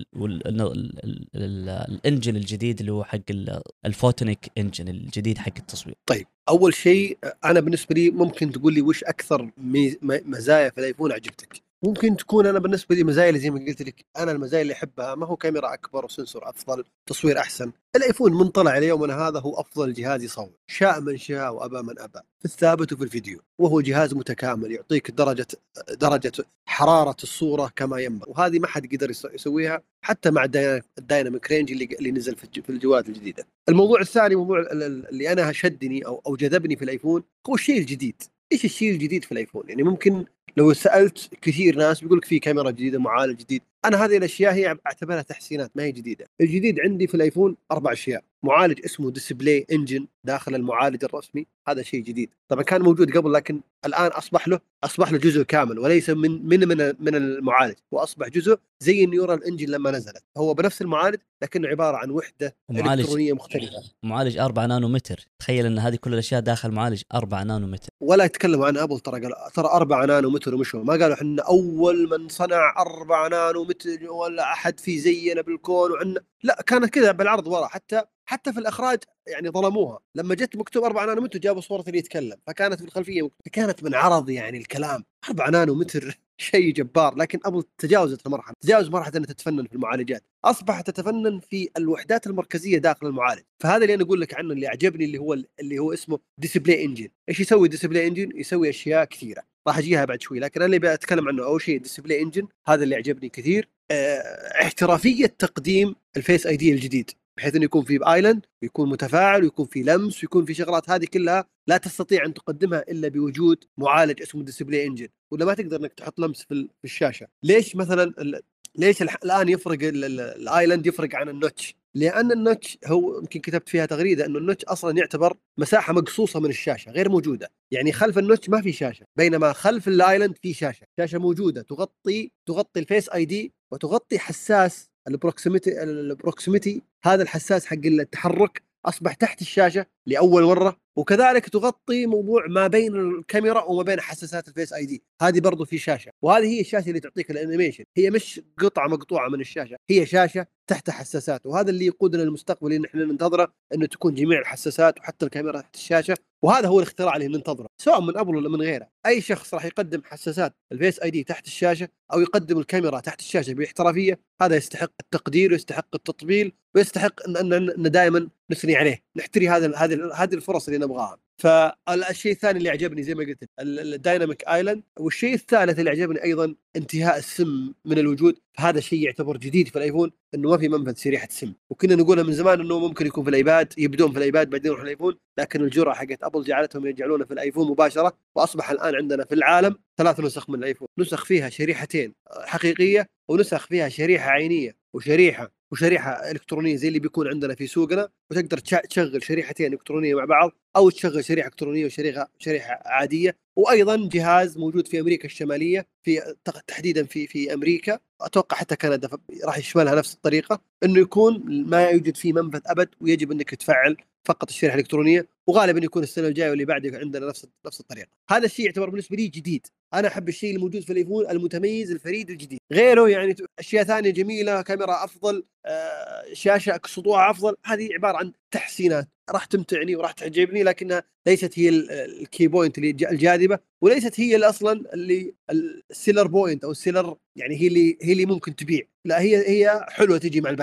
والانجن الجديد اللي هو حق الفوتونيك انجن الجديد حق التصوير. طيب اول شيء انا بالنسبه لي ممكن تقول لي وش اكثر مزايا في الايفون عجبتك؟ ممكن تكون انا بالنسبه لي مزايا اللي زي ما قلت لك، انا المزايا اللي احبها ما هو كاميرا اكبر وسنسور افضل تصوير احسن. الايفون منطلع ليومنا هذا هو افضل جهاز يصور، شاء من شاء وابى من ابى، في الثابت وفي الفيديو، وهو جهاز متكامل يعطيك درجه درجه حراره الصوره كما ينبغي، وهذه ما حد قدر يسويها حتى مع الدايناميك رينج اللي اللي نزل في الجوالات الجديده. الموضوع الثاني، موضوع اللي انا شدني او او جذبني في الايفون، هو الشيء الجديد. ايش الشيء الجديد في الايفون؟ يعني ممكن لو سالت كثير ناس بيقولك في كاميرا جديده، معالج جديد. انا هذه الاشياء هي اعتبرها تحسينات ما هي جديده. الجديد عندي في الايفون اربع اشياء: معالج اسمه ديسبلاي انجن داخل المعالج الرسمي، هذا شيء جديد، طبعا كان موجود قبل لكن الان اصبح له اصبح له جزء كامل وليس من من من, من المعالج، واصبح جزء زي النيورال انجن لما نزلت، هو بنفس المعالج لكنه عباره عن وحده الكترونيه مختلفه. معالج أربعة نانومتر، تخيل ان هذه كل الاشياء داخل معالج أربعة نانومتر. ولا يتكلموا عن ابل، ترى ترى أربعة نانومتر ومشوا، ما قالوا احنا اول من صنع أربعة نانومتر ولا احد في زينا بالكون وعنا، لا، كانت كذا بالعرض ورا. حتى حتى في الاخراج يعني ظلموها، لما جت مكتوب أربعة نانومتر جابوا صوره اللي يتكلم، فكانت في الخلفيه كانت من عرض يعني الكلام أربعة نانومتر شيء جبار. لكن ابل تجاوزت المرحله، تجاوز مرحله انها تتفنن في المعالجات، اصبحت تتفنن في الوحدات المركزيه داخل المعالج. فهذا اللي انا اقول لك عنه، اللي عجبني، اللي هو اللي هو اسمه ديسبلاي انجن. ايش يسوي ديسبلاي انجن؟ يسوي اشياء كثيره راح اجيها بعد شوي، لكن انا اللي بتكلم عنه اول شيء ديسبلاي انجن، هذا اللي عجبني كثير. اه احترافيه تقديم الفيس اي دي الجديد، بحيث انه يكون في بايلاند ويكون متفاعل ويكون في لمس ويكون في شغلات، هذه كلها لا تستطيع ان تقدمها الا بوجود معالج اسمه ديسبلاي انجن، ولا ما تقدر انك تحط لمس في الشاشه. ليش مثلا ليش الان يفرق الايلاند يفرق عن النوتش؟ لان النوتش هو يمكن كتبت فيها تغريده انه النوتش اصلا يعتبر مساحه مقصوصه من الشاشه غير موجوده، يعني خلف النوتش ما في شاشه، بينما خلف الايلاند في شاشه شاشه موجوده تغطي تغطي الفيس اي دي وتغطي حساس البروكسيميتي البروكسيميتي هذا الحساس حق التحرك اصبح تحت الشاشه لاول مره، وكذلك تغطي موضوع ما بين الكاميرا وما بين حساسات الفيس اي دي، هذه برضو في شاشه، وهذه هي الشاشه اللي تعطيك الانيميشن، هي مش قطعه مقطوعه من الشاشه، هي شاشه تحت حساسات. وهذا اللي يقودنا للمستقبل اللي نحن ننتظره، انه تكون جميع الحساسات وحتى الكاميرا تحت الشاشه، وهذا هو الاختراع اللي ننتظره سواء من ابل ولا من غيره. اي شخص راح يقدم حساسات الفيس اي دي تحت الشاشه او يقدم الكاميرا تحت الشاشه باحترافيه، هذا يستحق التقدير ويستحق التطبيل ويستحق ان ان دائما نثني عليه، نحتري هذا هذه هذه الفرص اللي نبغاها. فالشيء الثاني اللي عجبني زي ما قلت الدايناميك ايلاند، والشيء الثالث اللي عجبني ايضا انتهاء السم من الوجود. هذا شيء يعتبر جديد في الايفون، انه ما في منفذ شريحه سم، وكنا نقولها من زمان انه ممكن يكون في الايباد، يبدون في الايباد بعدين يروح الايفون، لكن الجرعه حقت ابل جعلتهم يجعلونه في الايفون مباشره، واصبح الان عندنا في العالم ثلاث نسخ من الايفون، نسخ فيها شريحتين حقيقيه ونسخ فيها شريحه عينيه وشريحه وشريحه الكترونيه زي اللي بيكون عندنا في سوقنا، وتقدر تشغل شريحتين الكترونيه مع بعض او تشغل شريحه الكترونيه وشريحه شريحه عاديه. وايضا جهاز موجود في امريكا الشماليه، في تحديدا في في امريكا، اتوقع حتى كندا راح يشملها نفس الطريقه، انه يكون ما يوجد فيه منفذ ابد ويجب انك تفعل فقط الشريحه الالكترونيه، وغالبا يكون السنه الجايه واللي بعده عندنا نفس نفس الطريقه. هذا الشيء يعتبر بالنسبه لي جديد، انا احب الشيء الموجود في الايفون المتميز الفريد الجديد. غيره يعني اشياء ثانيه جميله، كاميرا افضل، آه شاشه سطوع افضل، هذه عباره عن تحسينات راح تمتعني وراح تعجبني، لكنها ليست هي الكي بوينت اللي الجاذبه، وليست هي اللي اصلا اللي السيلر بوينت او السيلر، يعني هي اللي هي اللي ممكن تبيع، لا هي هي حلوه تجي مع الباكج.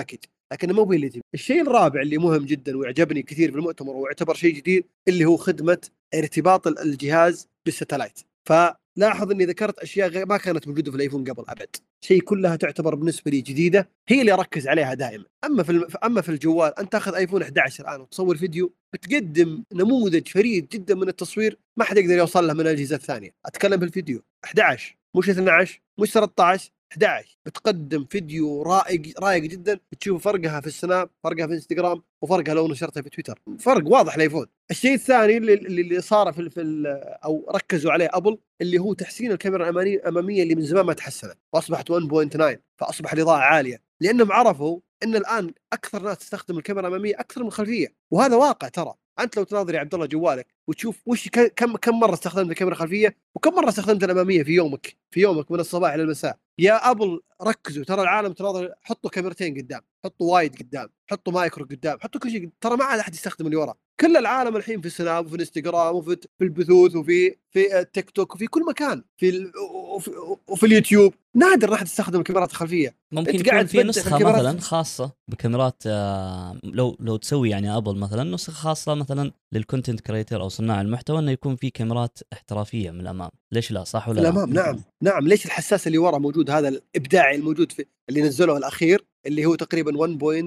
لكن مو هي اللي تبي. الشيء الرابع اللي مهم جدا ويعجبني كثير في المؤتمر ويعتبر شيء جديد اللي هو خدمه ارتباط الجهاز بالستلايت. فلاحظ اني ذكرت اشياء ما كانت موجوده في الايفون قبل ابد، شيء كلها تعتبر بالنسبه لي جديده، هي اللي اركز عليها دائما. اما في الم... اما في الجوال انت تاخذ ايفون أحد عشر الان وتصور فيديو بتقدم نموذج فريد جدا من التصوير ما حد يقدر يوصل له من الاجهزه الثانيه. اتكلم في الفيديو أحد عشر مش اثنا عشر مش ثلاثة عشر أحد عشر بتقدم فيديو رائق رائق جدا، بتشوف فرقها في السناب، فرقها في انستغرام، وفرقها لو نشرتها في تويتر، فرق واضح الايفون. الشيء الثاني اللي اللي صار في, في او ركزوا عليه ابل اللي هو تحسين الكاميرا الاماميه اللي من زمان ما تحسنت واصبحت واحد فاصلة تسعة، فاصبح الاضاءه عاليه، لانهم عرفوا ان الان اكثر ناس تستخدم الكاميرا الاماميه اكثر من الخلفيه، وهذا واقع. ترى انت لو تناظر يا عبد الله جوالك وتشوف وش كم كم مره استخدمت الكاميرا الخلفيه وكم مره استخدمت الاماميه في يومك في يومك من الصباح الى المساء. يا ابل ركزوا، ترى العالم تناظر، حطوا كاميرتين قدام، حطوا وايد قدام، حطوا مايكرو قدام، حطوا كل شيء، ترى ما عاد احد يستخدم اللي ورا. كل العالم الحين في السناب وفي الانستغرام وفي في البثوث وفي في التيك توك وفي كل مكان في وفي, وفي اليوتيوب، نادر راح تستخدم الكاميرات الخلفيه. ممكن يكون في نسخه مثلا خاصه بكاميرات آه لو لو تسوي يعني ابل مثلا نسخه خاصه مثلا للكونتنت كريتور او صناع المحتوى انه يكون في كاميرات احترافيه من الامام، ليش لا؟ صح ولا لا؟ الامام نعم نعم. ليش الحساس اللي ورا موجود، هذا الابداعي الموجود في اللي نزله الاخير اللي هو تقريبا واحد فاصلة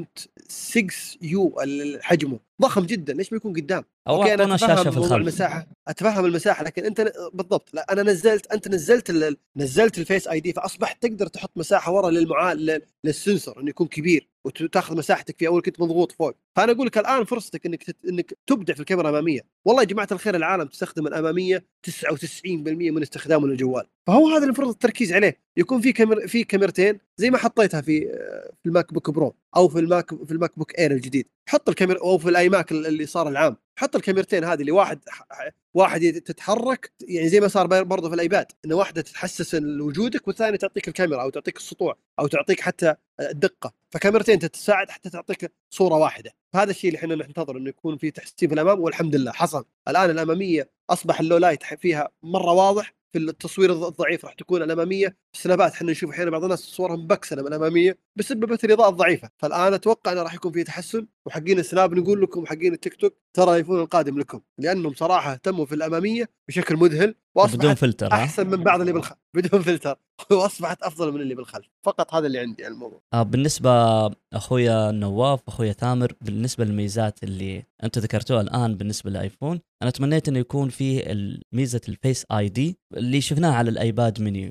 ستة يو حجمه ضخم جدا، ليش ما يكون قدام؟ اوكي انا اتفهم موضوع المساحه، اتفهم المساحه، لكن انت بالضبط لا انا نزلت انت نزلت ال... نزلت الفيس اي دي، فاصبح تقدر تحط مساحه ورا للمعالج للسنسور انه يكون كبير وتاخذ مساحتك في اول كنت مضغوط فوق. فانا اقول لك الان فرصتك انك تت... انك تبدع في الكاميرا الاماميه. والله يا جماعه الخير العالم تستخدم الاماميه تسعة وتسعين بالمئة من استخدامه للجوال، فهو هذا المفروض التركيز عليه، يكون في كاميرا في كاميرتين زي ما حطيتها في في الماك بوك برو او في الماك في الماك بوك اير الجديد، حط الكاميرا، او في الاي ماك اللي صار العام حط الكاميرتين هذه اللي واحد واحد تتحرك يعني زي ما صار برضه في الايباد، ان واحده تتحسس وجودك والثانيه تعطيك الكاميرا او تعطيك السطوع او تعطيك حتى الدقه، فكاميرتين تتساعد حتى تعطيك صوره واحده. فهذا الشيء اللي احنا ننتظر انه يكون في تحسين في الامام، والحمد لله حصل. الان الاماميه اصبح اللو لايت فيها مره واضح، في التصوير الضعيف راح تكون الاماميه، السنابات احنا نشوف احيانا بعض الناس صورهم بكسله من الاماميه بسبب الاضاءه الضعيفه. فالان اتوقع انه راح يكون في تحسن، وحقين السناب نقول لكم حقين التيك توك ترى الايفون القادم لكم، لانهم صراحه اهتموا في الاماميه بشكل مذهل واصبحت بدون فلتر احسن من بعض اللي بالخلف بدون فلتر واصبحت افضل من اللي بالخلف. فقط هذا اللي عندي عن الموضوع. آه بالنسبه اخويا نواف اخويا ثامر، بالنسبه للميزات اللي انت ذكرتوها الان بالنسبه للايفون، انا تمنيت انه يكون في ميزه الفيس اي دي اللي شفناها على الايباد ميني،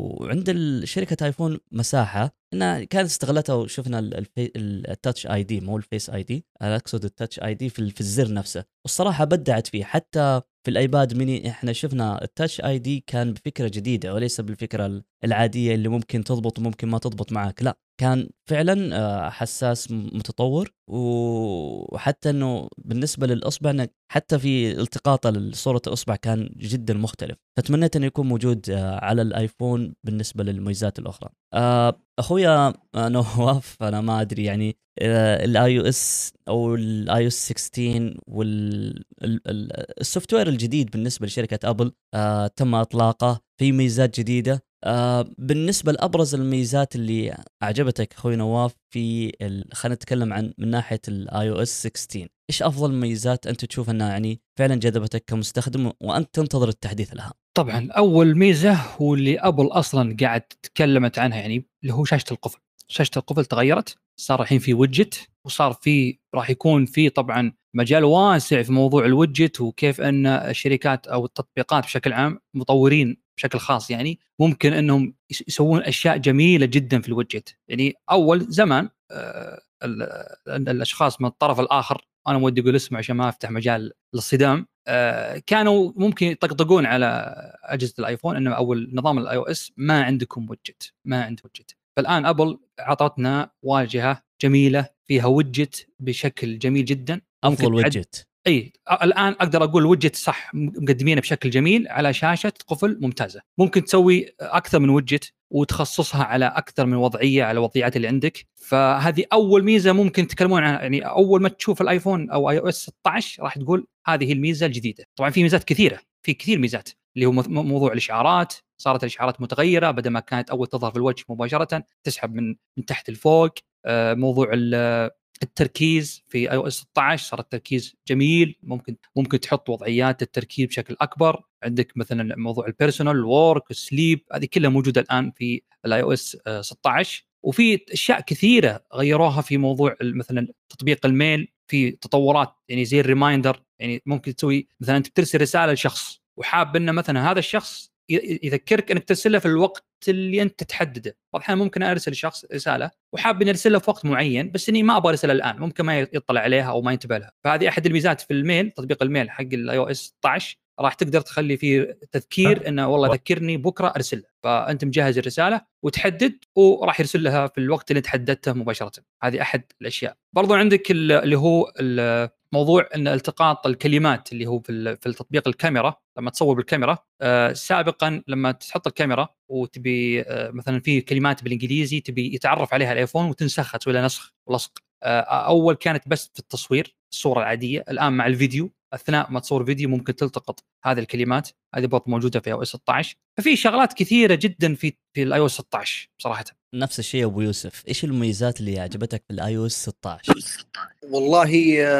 وعند شركه ايفون مساحه انها كانت استغلتها وشفنا التاتش اي دي، مو الفيس اي دي، انا اقصد التاتش اي دي في الزر نفسه، والصراحه بدعت فيه. حتى في الايباد ميني احنا شفنا التاتش اي دي كان بفكره جديده وليس بالفكره العاديه اللي ممكن تضبط وممكن ما تضبط معك، لا كان فعلا حساس متطور. وحتى انه بالنسبه للاصبع حتى في التقاطه لصوره الاصبع كان جدا مختلف، فتمنيت انه يكون موجود على الايفون بالنسبه للميزات الاخرى. اخويا نواف انا ما ادري يعني الاي او اس او الاي او اس ستة عشر والسوفت وير الجديد بالنسبه لشركه ابل تم اطلاقه في ميزات جديده. آه بالنسبة لأبرز الميزات اللي أعجبتك أخوي نواف في ال... خلينا نتكلم عن من ناحية الاي او اس ستة عشر، إيش أفضل ميزات أنت تشوف أنها يعني فعلا جذبتك كمستخدم وأنت تنتظر التحديث لها؟ طبعا أول ميزة هو اللي أبل أصلا قاعد تكلمت عنها، يعني اللي هو شاشة القفل. شاشة القفل تغيرت، صار الحين في ويدجت، وصار في راح يكون في طبعا مجال واسع في موضوع الويدجت، وكيف أن الشركات أو التطبيقات بشكل عام مطورين بشكل خاص يعني ممكن أنهم يسوون أشياء جميلة جدا في الويدجت. يعني أول زمان آه الأشخاص من الطرف الآخر، أنا ودي أقول اسمه عشان ما أفتح مجال للصدام، آه كانوا ممكن يطقطقون على أجهزة الآيفون أنه أول نظام الآي أو إس ما عندكم ويدجت، ما عندك ويدجت. فالآن أبل عطتنا واجهة جميلة فيها ويدجت بشكل جميل جدا، أفضل ويدجت. اي الان اقدر اقول ويدجت صح مقدمينه بشكل جميل على شاشه قفل ممتازه. ممكن تسوي اكثر من ويدجت وتخصصها على اكثر من وضعيه على الوضعيات اللي عندك، فهذه اول ميزه ممكن تتكلمون عنها. يعني اول ما تشوف الايفون او اي او اس ستة عشر راح تقول هذه هي الميزه الجديده. طبعا في ميزات كثيره، في كثير ميزات اللي هو موضوع الاشعارات، صارت الاشعارات متغيره، بدل ما كانت اول تظهر في الوجه مباشره تسحب من من تحت لفوق، موضوع التركيز في اي او اس ستة عشر صار التركيز جميل، ممكن ممكن تحط وضعيات التركيز بشكل اكبر. عندك مثلا موضوع البيرسونال وورك سليب، هذه كلها موجوده الان في الاي او اس ستة عشر. وفي اشياء كثيره غيروها في موضوع مثلا تطبيق الميل، في تطورات يعني زي الريمايندر. يعني ممكن تسوي مثلا انت بترسل رساله لشخص وحاب ان مثلا هذا الشخص يذكرك انك ترسلها في الوقت اللي انت تحدده. بعض الاحيان ممكن ارسل لشخص رساله وحاب اني ارسلها في وقت معين، بس اني ما ابغى ارسلها الان، ممكن ما يطلع عليها او ما ينتبه لها. فهذه احد الميزات في الميل، تطبيق الميل حق الاي او اس ستة عشر، راح تقدر تخلي فيه تذكير انه والله ذكرني بكره ارسل. فانت مجهز الرساله وتحدد وراح يرسل لها في الوقت اللي تحددته مباشره. هذه احد الاشياء. برضو عندك اللي هو موضوع ان التقاط الكلمات اللي هو في في التطبيق الكاميرا. لما تصور بالكاميرا آه سابقا لما تحط الكاميرا وتبي آه مثلا في كلمات بالانجليزي تبي يتعرف عليها الايفون وتنسخها، تسوي لها نسخ ولصق. آه اول كانت بس في التصوير الصوره العاديه، الان مع الفيديو اثناء ما تصور فيديو ممكن تلتقط هذه الكلمات. هذه برضه موجوده في اي او اس ستة عشر. ففي شغلات كثيره جدا في في الاي او اس ستة عشر بصراحه. نفس الشيء ابو يوسف، ايش المميزات اللي عجبتك في الاي او اس ستة عشر؟ والله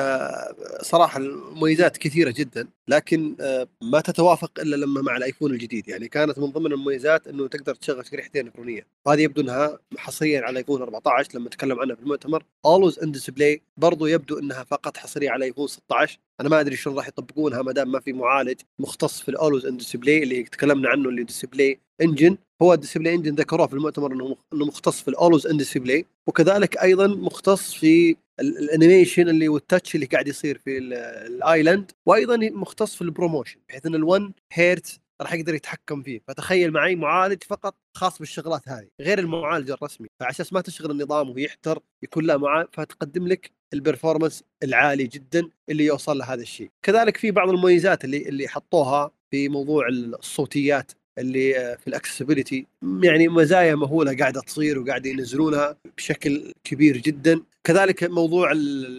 صراحه المميزات كثيره جدا، لكن ما تتوافق الا لما مع الايفون الجديد. يعني كانت من ضمن المميزات انه تقدر تشغل شريحتين الكترونيه، وهذه يبدو انها حصريا على ايفون أربعة عشر لما تكلم عنها في المؤتمر. Always in Display برضو يبدو انها فقط حصريه على ايفون ستة عشر. انا ما ادري شلون راح يطبقونها ما دام ما في معالج مختص في الأولوز ان ديسبلاي اللي تكلمنا عنه، اللي ديسبلاي انجن. هو الديسبلاي انجن ذكروه في المؤتمر انه انه مختص في الأولوز ان ديسبلاي، وكذلك ايضا مختص في الانيميشن اللي والتاتش اللي قاعد يصير في الايلاند، وايضا مختص في البروموشن بحيث ان الون هيرتز راح يقدر يتحكم فيه. فتخيل معي معالج فقط خاص بالشغلات هذه غير المعالج الرسمي، فعشان ما تشغل النظام ويحتر يكون له معالج، فتقدم لك البرفورمانس العالي جدا اللي يوصل لهذا الشيء. كذلك في بعض المميزات اللي اللي حطوها في موضوع الصوتيات اللي في الاكسسبيليتي، يعني مزايا مهوله قاعده تصير وقاعد ينزلونها بشكل كبير جدا. كذلك موضوع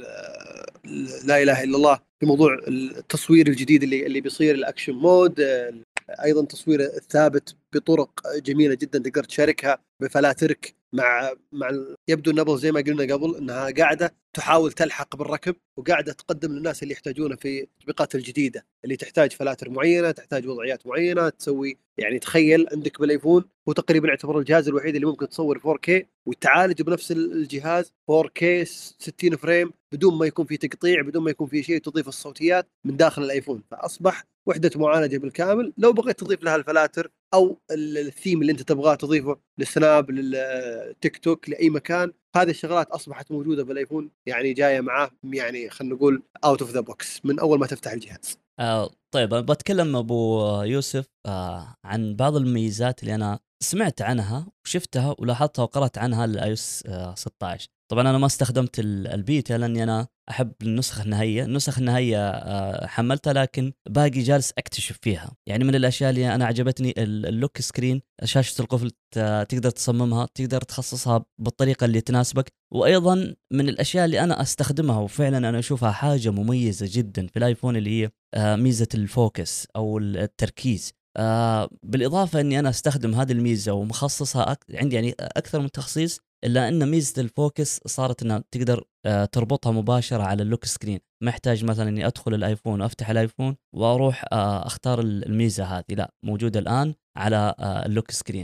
لا اله الا الله في موضوع التصوير الجديد اللي اللي بيصير الاكشن مود، ايضا تصوير الثابت بطرق جميله جدا تقدر تشاركها بفلاترك مع مع يبدو النبض زي ما قلنا قبل انها قاعده تحاول تلحق بالركب وقاعده تقدم للناس اللي يحتاجونه في التطبيقات الجديده اللي تحتاج فلاتر معينه، تحتاج وضعيات معينه تسوي. يعني تخيل عندك بالايفون هو تقريبا يعتبر الجهاز الوحيد اللي ممكن تصور فور كي وتعالج بنفس الجهاز فور كي ستين فريم بدون ما يكون في تقطيع، بدون ما يكون في شيء، تضيف الصوتيات من داخل الايفون. فاصبح وحده معالجه بالكامل. لو بغيت تضيف لها الفلاتر او الثيم اللي انت تبغاه تضيفه للسناب للتيك توك لاي مكان، هذه الشغلات اصبحت موجوده بالايفون، يعني جايه معاه يعني خلينا نقول اوت اوف ذا بوكس من اول ما تفتح الجهاز. آه طيب انا بتكلم ابو يوسف آه عن بعض المميزات اللي انا سمعت عنها وشفتها ولاحظتها وقرأت عنها للاي او اس ستة عشر. طبعا انا ما استخدمت البيتا لاني انا احب النسخه النهائيه. النسخ النهائيه حملتها لكن باقي جالس اكتشف فيها. يعني من الاشياء اللي انا عجبتني اللوك سكرين، شاشه القفل تقدر تصممها، تقدر تخصصها بالطريقه اللي تناسبك. وايضا من الاشياء اللي انا استخدمها وفعلا انا اشوفها حاجه مميزه جدا في الايفون اللي هي ميزه الفوكس او التركيز. آه بالاضافه اني انا استخدم هذه الميزه ومخصصها أك... عندي يعني اكثر من تخصيص، الا ان ميزه الفوكس صارت انها تقدر آه تربطها مباشره على اللوك سكرين. ما احتاج مثلا اني ادخل الايفون وافتح الايفون واروح آه اختار الميزه هذه، لا موجوده الان على آه اللوك سكرين.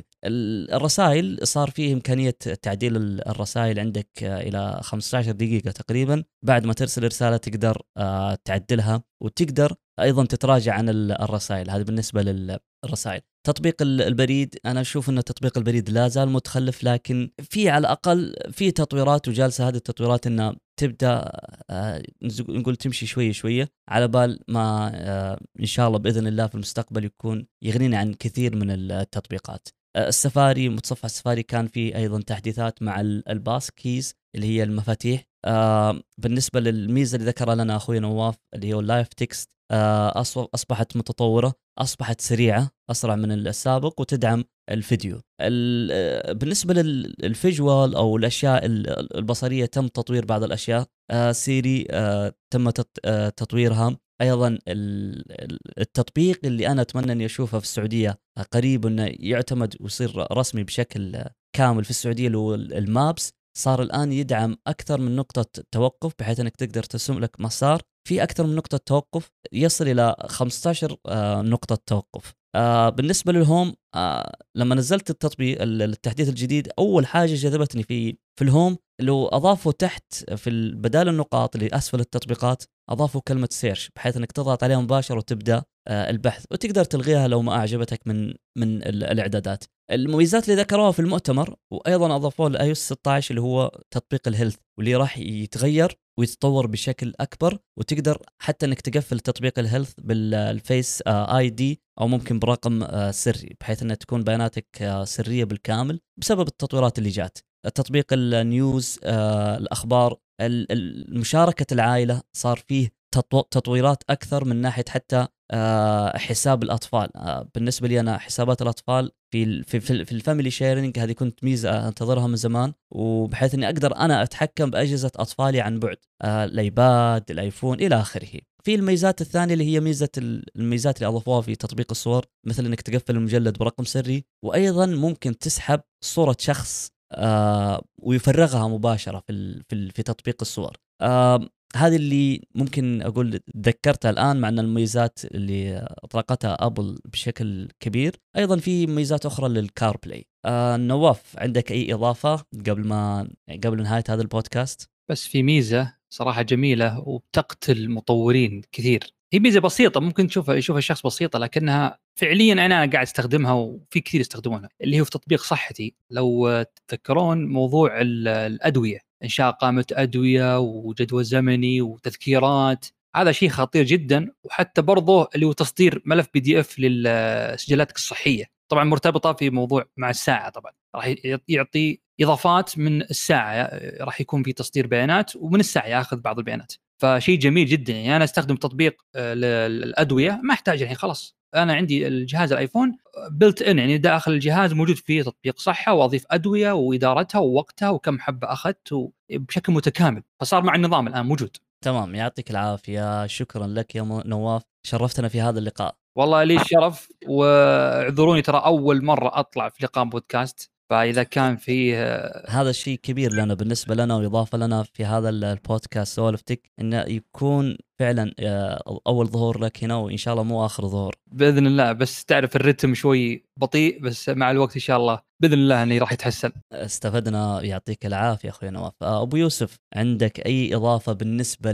الرسائل صار فيه امكانيه تعديل الرسائل عندك آه الى خمسة عشر دقيقه تقريبا. بعد ما ترسل رساله تقدر آه تعدلها، وتقدر ايضا تتراجع عن الرسائل. هذا بالنسبه للرسائل. تطبيق البريد انا اشوف ان تطبيق البريد لا زال متخلف، لكن في على الاقل في تطويرات وجالسه هذه التطويرات انها تبدا آه نقول تمشي شويه شويه على بال ما آه ان شاء الله باذن الله في المستقبل يكون يغنينا عن كثير من التطبيقات. آه السفاري، متصفح السفاري كان فيه ايضا تحديثات مع الباس كيز اللي هي المفاتيح. آه بالنسبه للميزه اللي ذكرها لنا اخوي نواف اللي هو اللايف تكست، آه اصبحت متطوره، اصبحت سريعه اسرع من السابق، وتدعم الفيديو. بالنسبه للفيجوال او الاشياء البصريه تم تطوير بعض الاشياء. آه سيري آه تم تطويرها. ايضا التطبيق اللي انا اتمنى اني اشوفه في السعوديه قريب انه يعتمد ويصير رسمي بشكل كامل في السعوديه اللي هو المابس، صار الآن يدعم أكثر من نقطة توقف، بحيث أنك تقدر ترسم لك مسار في أكثر من نقطة توقف يصل إلى خمسة عشر آه، نقطة توقف. آه، بالنسبة للهوم، آه، لما نزلت التطبيق التحديث الجديد، أول حاجة جذبتني في في الهوم اللي هو أضافوا تحت في بدال النقاط اللي أسفل التطبيقات أضافوا كلمة سيرش، بحيث أنك تضغط عليها مباشرة وتبدأ آه، البحث، وتقدر تلغيها لو ما أعجبتك من من الإعدادات. المميزات اللي ذكروها في المؤتمر وأيضا أضافوه ل آي أو إس ستة عشر اللي هو تطبيق الهيلث، واللي راح يتغير ويتطور بشكل أكبر، وتقدر حتى أنك تقفل تطبيق الهيلث بالفيس آي دي أو ممكن برقم آه، سري، بحيث أنها تكون بياناتك آه، سرية بالكامل بسبب التطويرات اللي جات. تطبيق النيوز، آه، الأخبار، المشاركة العائلة، صار فيه تطويرات أكثر من ناحية حتى آه، حساب الأطفال. آه، بالنسبة لي أنا حسابات الأطفال في في في الفاميلي شيرينج هذه كنت ميزة أنتظرها من زمان، وبحيث أني أقدر أنا أتحكم بأجهزة أطفالي عن بعد، آه، الأيباد، الآيفون إلى آخره. في الميزات الثانية اللي هي ميزة الميزات اللي أضافوها في تطبيق الصور، مثل أنك تقفل المجلد برقم سري، وأيضا ممكن تسحب صورة شخص آه ويفرغها مباشرة في في في تطبيق الصور. آه هذه اللي ممكن أقول ذكرتها الآن، مع أن الميزات اللي أطلقتها أبل بشكل كبير. أيضا في ميزات أخرى للكار بلاي. آه نواف، عندك أي إضافة قبل ما قبل نهاية هذا البودكاست؟ بس في ميزة صراحة جميلة وبتقتل مطورين كثير. هي ميزة بسيطة ممكن تشوفها يشوفها الشخص بسيطة، لكنها فعليا أنا قاعد استخدمها وفي كثير يستخدمونها، اللي هو في تطبيق صحتي. لو تذكرون موضوع الأدوية، إنشاء قائمة أدوية وجدول زمني وتذكيرات، هذا شيء خطير جدا. وحتى برضه اللي هو تصدير ملف بي دي اف لسجلاتك الصحية، طبعا مرتبطة في موضوع مع الساعة، طبعا راح يعطي إضافات من الساعة، راح يكون في تصدير بيانات، ومن الساعة ياخذ بعض البيانات. فشيء جميل جدا. يعني أنا استخدم تطبيق للأدوية، ما أحتاج يعني خلاص أنا عندي الجهاز الآيفون بلت إن، يعني داخل الجهاز موجود فيه تطبيق صحة وأضيف أدوية وإدارتها ووقتها وكم حبة أخذت بشكل متكامل، فصار مع النظام الآن موجود. تمام، يعطيك العافية، شكرا لك يا نواف، شرفتنا في هذا اللقاء. والله لي الشرف، واعذروني ترى أول مرة أطلع في لقاء بودكاست، فإذا كان فيه هذا الشيء كبير لنا بالنسبة لنا، وإضافة لنا في هذا البودكاست سوالف تك، إنه يكون فعلا أول ظهور لك هنا، وإن شاء الله مو آخر ظهور بإذن الله. بس تعرف الرتم شوي بطيء، بس مع الوقت إن شاء الله بإذن الله أنه راح يتحسن. استفدنا، يعطيك العافية أخوي نواف. أبو يوسف، عندك أي إضافة بالنسبة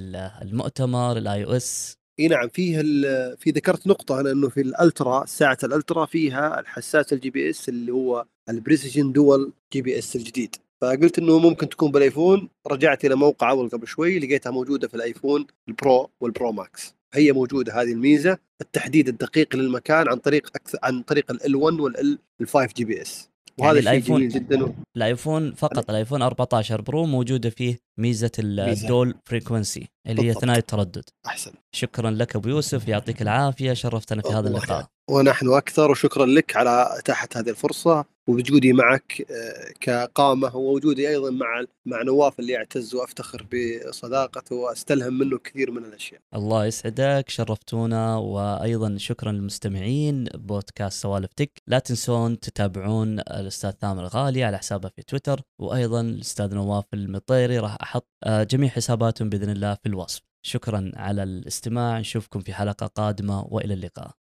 للمؤتمر الآي أو إس؟ اي نعم، فيه في ذكرت نقطة أنا إنه في الألترا، ساعة الألترا فيها الحساس الجي بي إس اللي هو البريسيجن دول جي بي إس الجديد، فقلت إنه ممكن تكون بالآيفون. رجعت إلى موقع أول قبل شوي، لقيتها موجودة في الآيفون البرو والبرو ماكس. هي موجودة هذه الميزة، التحديد الدقيق للمكان عن طريق أكثر عن طريق ال واحد وال خمسة جي بي إس، وهذا يعني شيء جميل جدا. الايفون فقط الايفون أربعة عشر برو موجوده فيه ميزه الدول فريكونسي اللي هي ثنائي التردد. احسن. شكرا لك ابو يوسف، يعطيك العافيه، شرفتنا في هذا اللقاء. ونحن اكثر، وشكرا لك على اتاحه هذه الفرصه وبوجودي معك كقامه، ووجودي ايضا مع مع نواف اللي اعتز وافتخر بصداقته واستلهم منه كثير من الاشياء. الله يسعدك، شرفتونا. وايضا شكرا للمستمعين بودكاست سوالف تك. لا تنسون تتابعون الاستاذ ثامر الغالي على حسابه في تويتر، وايضا الاستاذ نواف المطيري راح احط جميع حساباتهم باذن الله في الوصف. شكرا على الاستماع، نشوفكم في حلقه قادمه والى اللقاء.